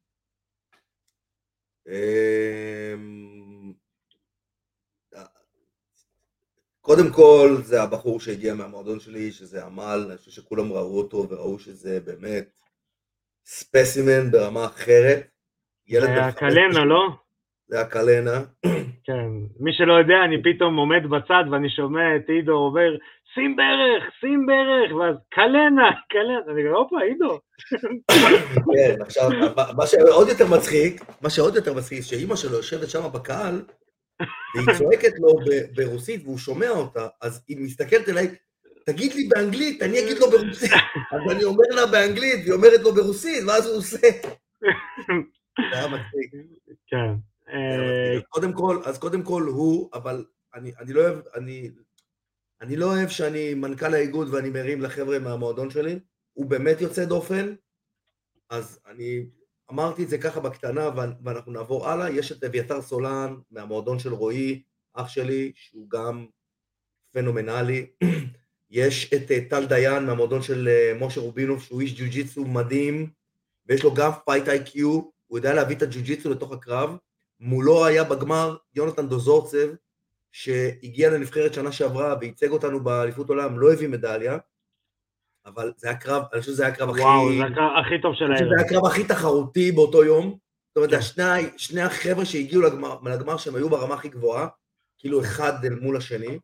קודם כל זה הבחור שהגיע מהמועדון שלי, שזה עמל, אני חושב שכולם ראו אותו וראו שזה באמת ספסימן ברמה אחרת. זה היה קלנה, לא? זה היה קלנה. כן, מי שלא יודע, אני פתאום עומד בצד ואני שומע את עידו עובר, שים ברך, שים ברך, ואז קלנה, קלנה, אני אומר, אופה, עידו. כן, עכשיו, מה שעוד יותר מצחיק, מה שעוד יותר מצחיק, שאימא שלו יושבת שם בקהל, והיא צועקת לו ברוסית, והוא שומע אותה, אז היא מסתכלת אליי, תגיד לי באנגלית, אני אגיד לו ברוסית. אז אני אומר לה באנגלית, והיא אומרת לו ברוסית, ואז הוא עושה. זה היה מצחיק. כן. אז קודם כל, אז קודם כל הוא, אבל אני, אני לא אוהב, אני, אני לא אוהב שאני מנכ"ל האיגוד ואני מרים לחבר'ה מהמועדון שלי, הוא באמת יוצא דופן, אז אני אמרתי את זה ככה בקטנה, ואנחנו נעבור הלאה. יש את אביתר סולן מהמועדון של רועי, אח שלי, שהוא גם פנומנלי. יש את טל דיין מהמועדון של משה רובינוב, שהוא איש ג'ו-ג'יצו מדהים, ויש לו גם פייט איי קיו, הוא יודע להביא את הג'ו-ג'יצו לתוך הקרב. מולו היה בגמר יונתן דוזורצב, שהגיע לנבחרת שנה שעברה, וייצג אותנו באליפות עולם, לא הביא מדליה, אבל זה היה קרב, אני חושב שזה היה הקרב הכי... וואו, זה הקרב הכי טוב של הערב. זה היה הקרב הכי תחרותי באותו יום. זאת אומרת, שני, שני החבר'ה שהגיעו לגמר, לגמר שהם היו ברמה הכי גבוהה, כאילו אחד אל מול השני.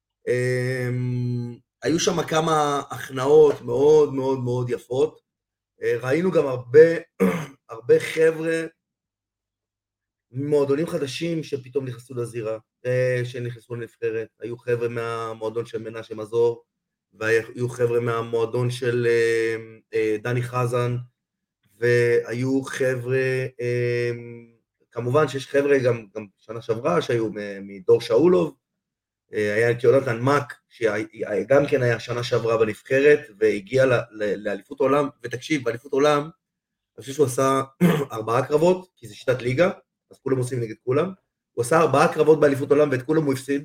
היו שם כמה הכנעות מאוד מאוד מאוד יפות. ראינו גם הרבה, הרבה חבר'ה ממועדונים חדשים שפתאום נכנסו לזירה, שנכנסו לנבחרת. היו חבר'ה מהמועדון של מנשה מזור, והיו חבר'ה מהמועדון של דני חזן, והיו חבר'ה, כמובן שיש חבר'ה גם, גם שנה שעברה שהיו מדור שאולוב, היה את יונתן מק, שגם כן היה שנה שעברה בנבחרת, והגיע לאליפות עולם, ותקשיב, באליפות עולם, אני חושב שהוא עשה ארבעה קרבות, כי זה שיטת ליגה, אז כולם עושים נגד כולם, הוא עשה ארבעה קרבות באליפות עולם, ואת כולם הוא הפסיד,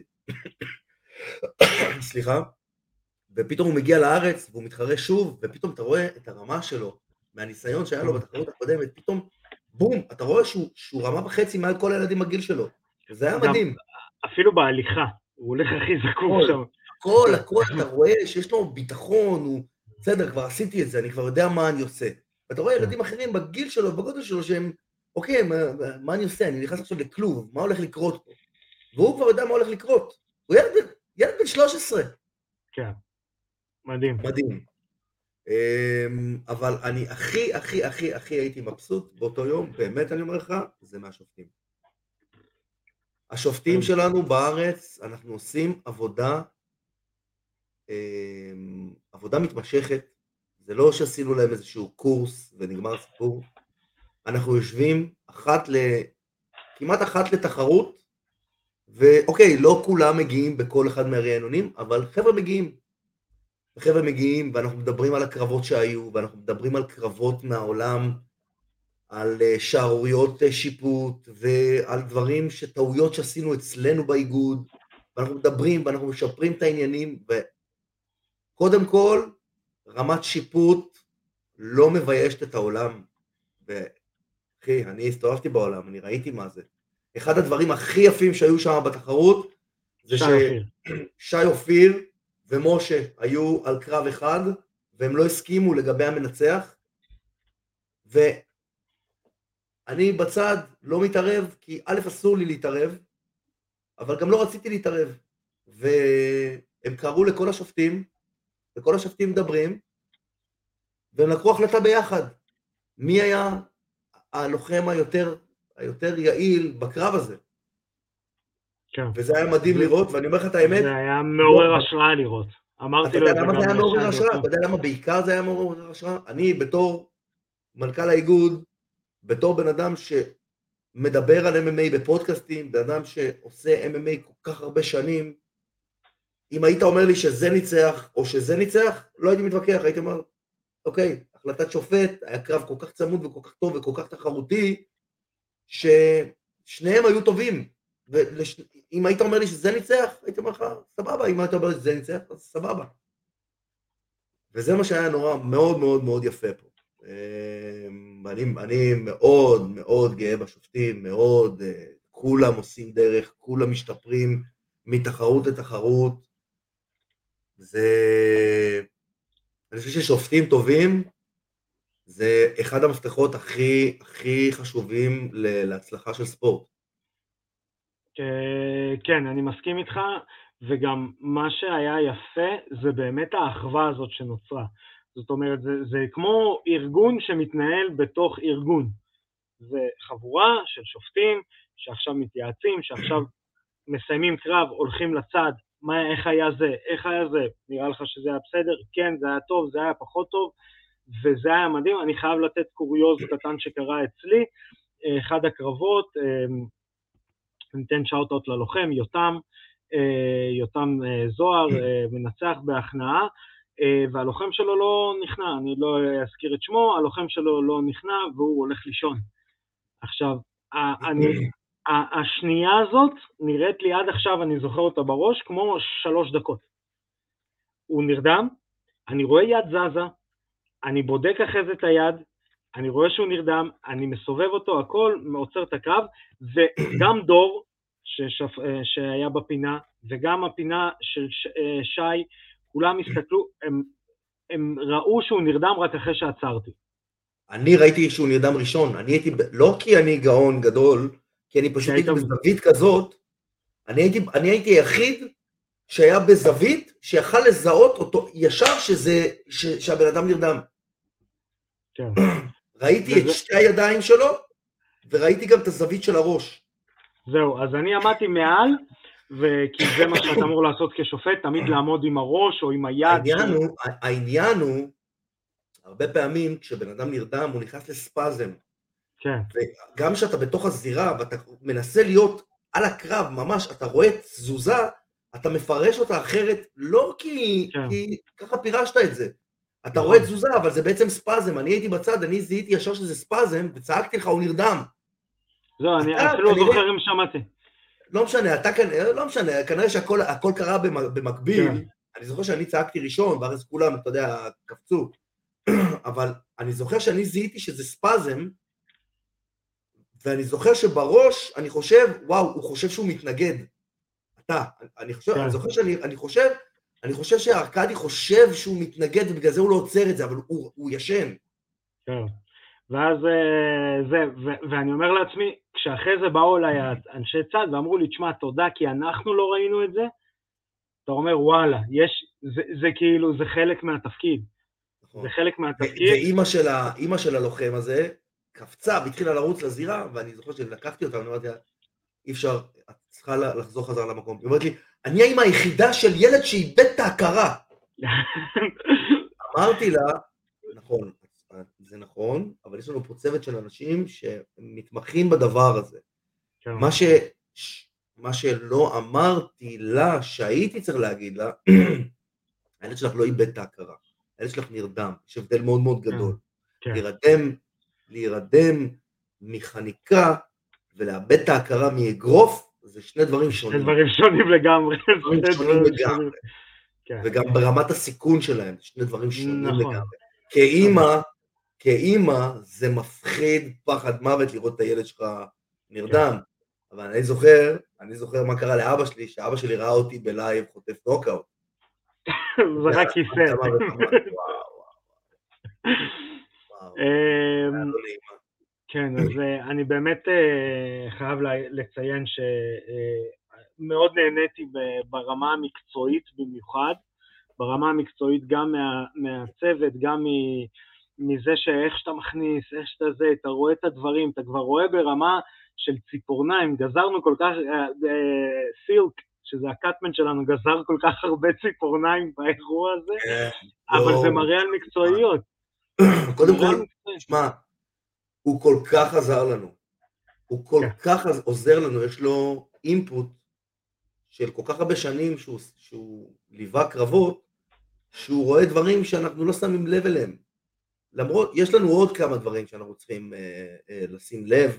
סליחה, ופתאום הוא מגיע לארץ, והוא מתחרה שוב, ופתאום אתה רואה את הרמה שלו, מהניסיון שהיה לו בתחרות הקודמת, פתאום, בום, אתה רואה שהוא, שהוא רמה וחצי מעל כל הילדים בגיל שלו, זה היה מדהים. אפילו בהליכה, הוא הולך הכי זקוף שם. הכל, הכל, אתה רואה שיש לו ביטחון, הוא, בסדר, כבר עשיתי את זה, אני כבר יודע מה אני עושה. ואתה רואה ילדים אחרים בגיל שלו, בגודל שלו, שהם, אוקיי, מה, מה אני עושה? אני נכנס עכשיו לכלוב, מה הולך לקרות פה? והוא כבר יודע מה הולך לקרות. הוא ילד, ילד בן שלוש עשרה. כן, מדהים. מדהים. אבל אני הכי, הכי, הכי, הכי הייתי מבסוט באותו יום, באמת אני אומר לך, זה מהשופטים. השופטים שלנו בארץ, אנחנו עושים עבודה, עבודה מתמשכת, זה לא שעשינו להם איזשהו קורס ונגמר סיפור, אנחנו יושבים אחת ל... כמעט אחת לתחרות, ואוקיי, לא כולם מגיעים בכל אחד מהרעיונונים, אבל חבר'ה מגיעים, חבר'ה מגיעים, ואנחנו מדברים על הקרבות שהיו, ואנחנו מדברים על קרבות מהעולם, על שערוריות שיפוט, ועל דברים שטעויות שעשינו אצלנו באיגוד, ואנחנו מדברים, ואנחנו משפרים את העניינים, קודם כל, רמת שיפוט לא מביישת את העולם. ואחי, אני הסתובבתי בעולם, אני ראיתי מה זה. אחד הדברים הכי יפים שהיו שם בתחרות, זה ששי אופיר ומשה היו על קרב אחד, והם לא הסכימו לגבי המנצח, ואני בצד לא מתערב, כי א' אסור לי להתערב, אבל גם לא רציתי להתערב, והם קראו לכל השופטים, וכל השופטים מדברים, והם לקחו החלטה ביחד, מי היה הלוחם היותר, היותר יעיל בקרב הזה. כן. וזה היה מדהים זה, לראות, ואני אומר לך את האמת. זה היה מעורר השראה לראות. אמרתי לו את זה גם. אתה יודע למה זה היה מעורר השראה? אתה יודע למה בעיקר זה היה מעורר השראה? אני בתור מנכ"ל האיגוד, בתור בן אדם שמדבר על אם אם איי בפודקאסטים, בן אדם שעושה אם אם איי כל כך הרבה שנים, אם היית אומר לי שזה ניצח, או שזה ניצח, לא הייתי מתווכח, הייתי אומר, אוקיי, החלטת שופט, היה קרב כל כך צמוד וכל כך טוב וכל כך תחרותי, ששניהם היו טובים, ואם היית אומר לי שזה ניצח, הייתי אומר לך, סבבה, אם היית אומר לי שזה ניצח, אז סבבה. וזה מה שהיה נורא, מאוד מאוד מאוד יפה פה. אני, אני מאוד מאוד גאה בשופטים, מאוד, כולם עושים דרך, כולם משתפרים מתחרות לתחרות. זה, אני חושב ששופטים טובים, זה אחד המפתחות הכי, הכי חשובים להצלחה של ספורט. כן, אני מסכים איתך, וגם מה שהיה יפה, זה באמת האחווה הזאת שנוצרה. זאת אומרת, זה, זה כמו ארגון שמתנהל בתוך ארגון. זה חבורה של שופטים שעכשיו מתייעצים, שעכשיו מסיימים קרב, הולכים לצד, מה, איך היה זה, איך היה זה, נראה לך שזה היה בסדר, כן, זה היה טוב, זה היה פחות טוב, וזה היה מדהים. אני חייב לתת קוריוז קטן שקרה אצלי, אחד הקרבות, ניתן שאוט-אוט ללוחם, יותם, יותם זוהר, מנצח בהכנעה, והלוחם שלו לא נכנע, אני לא אזכיר את שמו, הלוחם שלו לא נכנע והוא הולך לישון. עכשיו, אני, השנייה הזאת נראית לי עד עכשיו, אני זוכר אותה בראש, כמו שלוש דקות. הוא נרדם, אני רואה יד זזה, אני בודק אחרי זה את היד, אני רואה שהוא נרדם, אני מסובב אותו, הכל, מעוצר את הקרב, וגם דור ששפ... שהיה בפינה, וגם הפינה של ש... שי, כולם הסתכלו, הם, הם ראו שהוא נרדם רק אחרי שעצרתי. אני ראיתי שהוא נרדם ראשון, אני הייתי, לא כי אני גאון גדול, כי אני פשוט הייתי בזווית כזאת, אני הייתי, אני הייתי היחיד שהיה בזווית, שיכל לזהות אותו ישר שזה, ש... שהבן אדם נרדם. כן. ראיתי וזה... את שתי הידיים שלו, וראיתי גם את הזווית של הראש. זהו, אז אני עמדתי מעל, וכי זה מה שאתה אמור לעשות כשופט, תמיד לעמוד עם הראש או עם היד. העניין הוא, העניין הוא, הרבה פעמים כשבן אדם נרדם, הוא נכנס לספזם. כן. וגם שאתה בתוך הזירה, ואתה מנסה להיות על הקרב, ממש, אתה רואה תזוזה, אתה מפרש אותה אחרת, לא כי, כן. כי ככה פירשת את זה. אתה רואה תזוזה, אבל זה בעצם ספזם. אני הייתי בצד, אני זיהיתי ישר שזה ספזם, וצעקתי לך, הוא נרדם. לא, אני אפילו לא זוכר אם שמעתי. לא משנה, אתה כנראה, לא משנה, כנראה שהכל הכל קרה במקביל. אני זוכר שאני צעקתי ראשון, ואז כולם, אתה יודע, קפצו. אבל אני זוכר שאני זיהיתי שזה ספזם, ואני זוכר שבראש, אני חושב, וואו, הוא חושב שהוא מתנגד. אתה, אני חושב, אני זוכר שאני, אני חושב, אני חושב שארקדי חושב שהוא מתנגד, ובגלל זה הוא לא עוצר את זה, אבל הוא, הוא ישן. כן. ואז זה, ו- ואני אומר לעצמי, כשאחרי זה באו אליי אנשי צד, ואמרו לי, תשמע, תודה, כי אנחנו לא ראינו את זה, אתה אומר, וואלה, יש, זה, זה כאילו, זה חלק מהתפקיד. זה חלק מהתפקיד. ואימא של, האימא של הלוחם הזה, קפצה והתחילה לרוץ לזירה, ואני זוכר שלקחתי אותה, ואני אמרתי, אי אפשר, את צריכה לחזור חזרה למקום. היא אומרת לי, אני האמא היחידה של ילד שאיבד את ההכרה. אמרתי לה, נכון, זה נכון, אבל יש לנו פה צוות של אנשים שמתמחים בדבר הזה. מה, ש, מה שלא אמרתי לה, שהייתי צריך להגיד לה, הילד שלך לא איבד את ההכרה, הילד שלך נרדם, יש הבדל מאוד מאוד גדול. להירדם, להירדם מחניקה, ולאבד את ההכרה מאגרוף, זה שני דברים שונים. שני דברים שונים לגמרי. דברים שונים לגמרי. וגם ברמת הסיכון שלהם, שני דברים שונים נכון. לגמרי. כאימא, כאימא זה מפחיד פחד מוות לראות את הילד שלך נרדם, אבל אני זוכר, אני זוכר מה קרה לאבא שלי, שאבא שלי ראה אותי בלייב חוטף נוקאוט. זה רק כיסא. כן, אז אני באמת חייב לציין שמאוד נהניתי ברמה המקצועית במיוחד, ברמה המקצועית גם מהצוות, גם מזה שאיך שאתה מכניס, איך שאתה זה, אתה רואה את הדברים, אתה כבר רואה ברמה של ציפורניים, גזרנו כל כך, סילק, שזה הקאטמן שלנו, גזר כל כך הרבה ציפורניים באירוע הזה, אבל זה מראה על מקצועיות. קודם כל, תשמע, הוא כל כך עזר לנו, הוא כל כך עוזר לנו, יש לו אינפוט של כל כך הרבה שנים שהוא ליווה קרבות, שהוא רואה דברים שאנחנו לא שמים לב אליהם. למרות, יש לנו עוד כמה דברים שאנחנו צריכים לשים לב,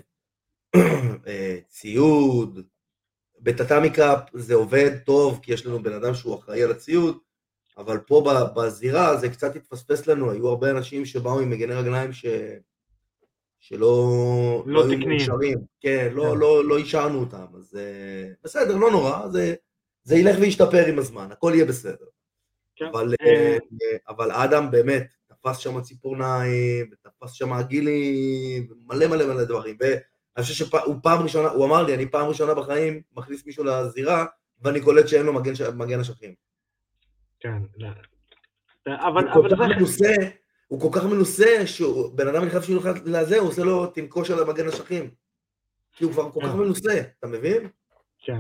ציוד, בטאטאמיקאפ זה עובד טוב, כי יש לנו בן אדם שהוא אחראי על הציוד, אבל פה בזירה זה קצת התפספס לנו, היו הרבה אנשים שבאו עם מגני רגליים ש... שלא לא היו מאושרים, כן, לא, לא, לא אישרנו אותם, אז בסדר, לא נורא, זה, זה ילך וישתפר עם הזמן, הכל יהיה בסדר. אבל, אבל אדם באמת תפס שם ציפורניים, תפס שם עגילים, מלא מלא מלא דברים, ואני חושב שהוא פעם ראשונה, הוא אמר לי, אני פעם ראשונה בחיים מכניס מישהו לזירה, ואני קולט שאין לו מגן, מגן אשכים. כן, לא. אבל, הוא, כל אבל מנוסה, הוא כל כך מנוסה, שהוא, בן אדם נכנס שהוא נכנס לזה, הוא עושה לו תנקוש על המגן אשכים. כי הוא כבר כל כך מנוסה, אתה מבין? כן.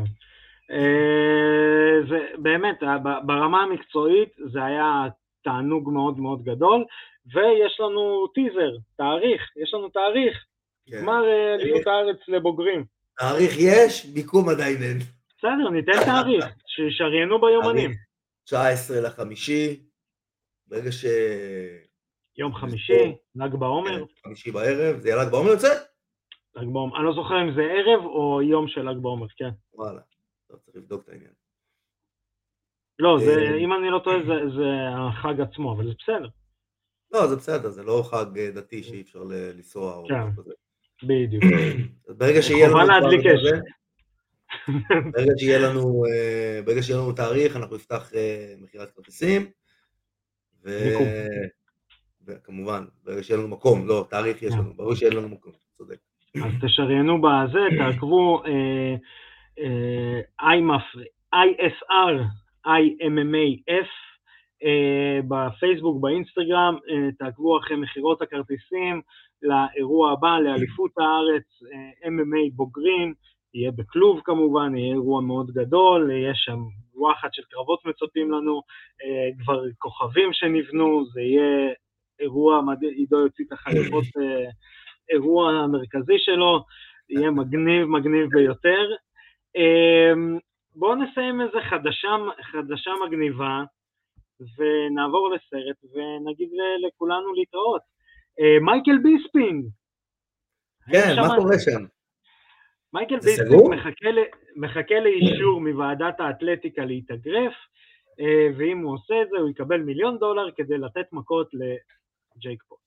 זה באמת, ברמה המקצועית זה היה תענוג מאוד מאוד גדול, ויש לנו טיזר, תאריך, יש לנו תאריך, גמר אליפות הארץ לבוגרים. תאריך יש, מיקום עדיין אין. בסדר, ניתן תאריך, ששריינו ביומנים. תשע עשרה לחמישי, ברגע ש... יום חמישי, ל"ג בעומר. חמישי בערב, זה יהיה ל"ג בעומר יוצא? ל"ג בעומר, אני לא זוכר אם זה ערב או יום של ל"ג בעומר, כן. וואלה, אתה צריך לבדוק את העניין. לא, אם אני לא טועה זה החג עצמו, אבל זה בסדר. לא, זה בסדר, זה לא חג דתי שאי אפשר לנסוע או משהו כזה. בדיוק. ברגע שיהיה לנו ברגע שיהיה לנו ברגע שיהיה לנו תאריך, אנחנו נפתח מכירת כרטיסים, וכמובן, ברגע שיהיה לנו מקום, לא, תאריך יש לנו, ברגע שיהיה לנו מקום, צודק. אז תשריינו בזה, תעקבו איי אס אר, איי אם אם איי אף, בפייסבוק, באינסטגרם, תעקבו אחרי מחירות הכרטיסים לאירוע הבא, לאליפות הארץ, אם אם איי בוגרים, יהיה בכלוב כמובן, יהיה אירוע מאוד גדול, יש שם וואחד של קרבות מצפים לנו, כבר כוכבים שנבנו, זה יהיה אירוע, עידו יוציא את החליפות, אירוע המרכזי שלו, יהיה מגניב, מגניב ביותר. בואו נסיים איזה חדשה, חדשה מגניבה, ונעבור לסרט, ונגיד לכולנו להתראות. מייקל ביספינג. כן, מה קורה שם? מייקל ביספינג מחכה, מחכה לאישור מוועדת האתלטיקה להתאגרף, ואם הוא עושה את זה, הוא יקבל מיליון דולר כדי לתת מכות לג'ייק פול.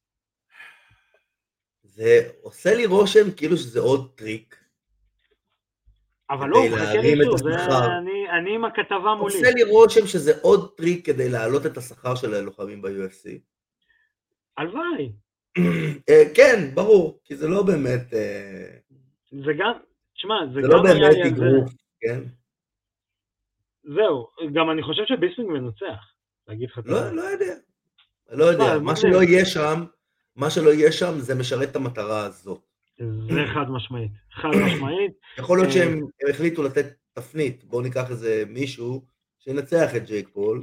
זה עושה לי רושם כאילו שזה עוד טריק. אבל לא, הוא מחכה לאישור, אני, אני עם הכתבה מולי. עושה לי רושם שזה עוד טריק כדי להעלות את השכר של הלוחמים ב-יו אף סי. הלוואי. כן, ברור, כי זה לא באמת... זה גם, תשמע, זה, זה לא באמת אגרוף, כן? זהו, גם אני חושב שביספינג מנוצח, להגיד לך. לא, לא יודע. לא יודע, מה שלא יהיה שם, מה שלא יהיה שם זה משרת את המטרה הזאת. זה חד משמעית, חד משמעית. יכול להיות שהם החליטו לתת תפנית, בואו ניקח איזה מישהו שינצח את ג'ייק פול,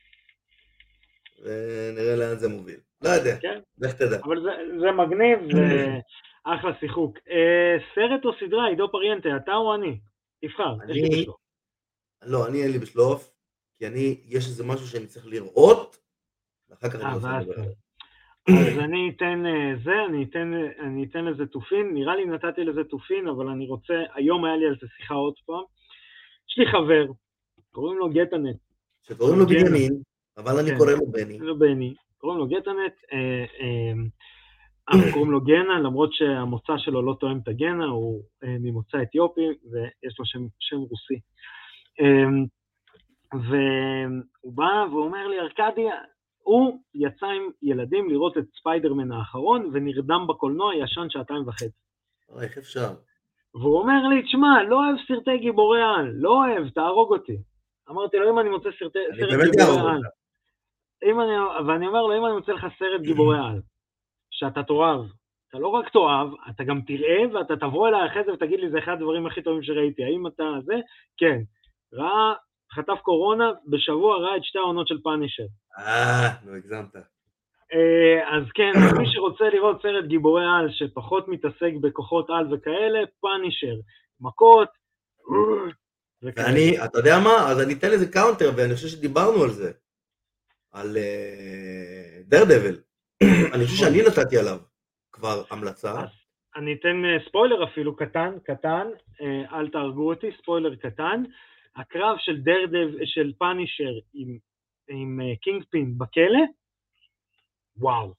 ונראה לאן זה מוביל. לא יודע, לך תדע. אבל זה מגניב, זה אחלה שיחוק. סרט או סדרה, עידו פריאנטה, אתה או אני? תבחר, יש לי בשלוף. לא, אני אין לי בשלוף, כי אני, יש איזה משהו שאני צריך לראות, ואחר כך אני רוצה לדבר. אז אני אתן זה, אני אתן, אני אתן לזה תופין, נראה לי נתתי לזה תופין, אבל אני רוצה, היום היה לי על זה שיחה עוד פעם, יש לי חבר, קוראים לו גטנט, שקוראים לו בנימין, אבל אני קורא לו בני. לא בני, קוראים לו גטנט, אנחנו קוראים לו גנה, למרות שהמוצא שלו לא תואם את הגנה, הוא ממוצא אתיופי, ויש לו שם רוסי. והוא בא ואומר לי, ארקדי, הוא יצא עם ילדים לראות את ספיידרמן האחרון, ונרדם בקולנוע, ישן שעתיים וחצי. איך אפשר? והוא אומר לי, תשמע, לא אוהב סרטי גיבורי על, לא אוהב, תהרוג אותי. אמרתי לו, אם אני מוצא סרט גיבורי על, ואני אומר לו, אם אני מוצא לך סרט גיבורי על, שאתה תאהב, אתה לא רק תאהב, אתה גם תראה, ואתה תבוא אליי אחרי זה ותגיד לי, זה אחד הדברים הכי טובים שראיתי, האם אתה זה? כן. ראה, חטף קורונה, בשבוע ראה את שתי העונות של פאנישר. אה, נו, הגזמת. אז כן, מי שרוצה לראות סרט גיבורי על, שפחות מתעסק בכוחות על וכאלה, פאנישר, מכות, ואני, אתה יודע מה? אז אני אתן לזה קאונטר, ואני חושב שדיברנו על זה, על דרדבל. אני חושב שאני נתתי עליו כבר המלצה. אני אתן ספוילר אפילו קטן, קטן, אל תהרגו אותי, ספוילר קטן. הקרב של דרדבל, של פאנישר עם, עם קינגפין בכלא, וואו.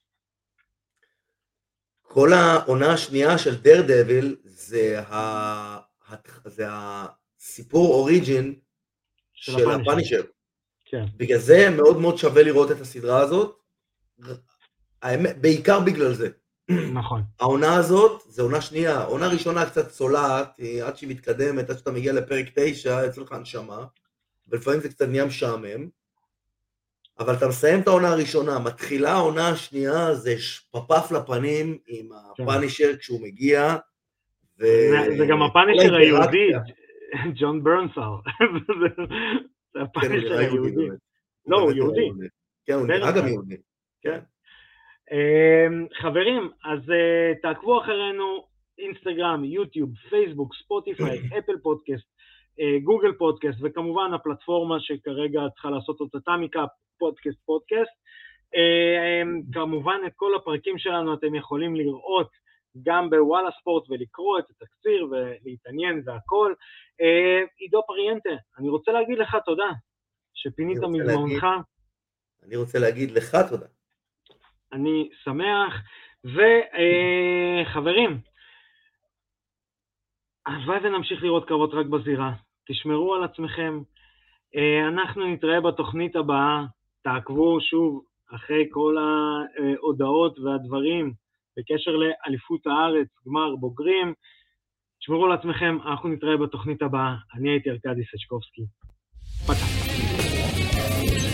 כל העונה השנייה של דרדבל זה, ה... זה הסיפור אוריג'ין של, של הפאנישר. כן. בגלל זה מאוד מאוד שווה לראות את הסדרה הזאת, בעיקר בגלל זה. נכון. העונה הזאת, זה עונה שנייה, העונה ראשונה קצת צולעת, עד שהיא מתקדמת, עד שאתה מגיע לפרק תשע, אצלך הנשמה, ולפעמים זה קצת נהיה משעמם, אבל אתה מסיים את העונה הראשונה, מתחילה העונה השנייה, זה פפף לפנים עם הפאנישר כשהוא מגיע, ו... זה גם הפאנישר היהודי, ג'ון ברנסל, זה הפאנישר היהודי. לא, הוא יהודי. כן, הוא נראה גם יהודי. כן. חברים, אז תעקבו אחרינו, אינסטגרם, יוטיוב, פייסבוק, ספוטיפיי, אפל פודקאסט, גוגל פודקאסט, וכמובן הפלטפורמה שכרגע צריכה לעשות אותה תמיקה, פודקאסט פודקאסט. כמובן את כל הפרקים שלנו אתם יכולים לראות גם בוואלה ספורט ולקרוא את התקציר ולהתעניין והכל. עידו פריאנטה, אני רוצה להגיד לך תודה שפינית מזמנך. אני רוצה להגיד לך תודה. אני שמח, וחברים, הלוואי ונמשיך לראות קרבות רק בזירה, תשמרו על עצמכם, אנחנו נתראה בתוכנית הבאה, תעקבו שוב אחרי כל ההודעות והדברים, בקשר לאליפות הארץ, גמר בוגרים, תשמרו על עצמכם, אנחנו נתראה בתוכנית הבאה, אני הייתי ארקדי סצ'קובסקי, פתח.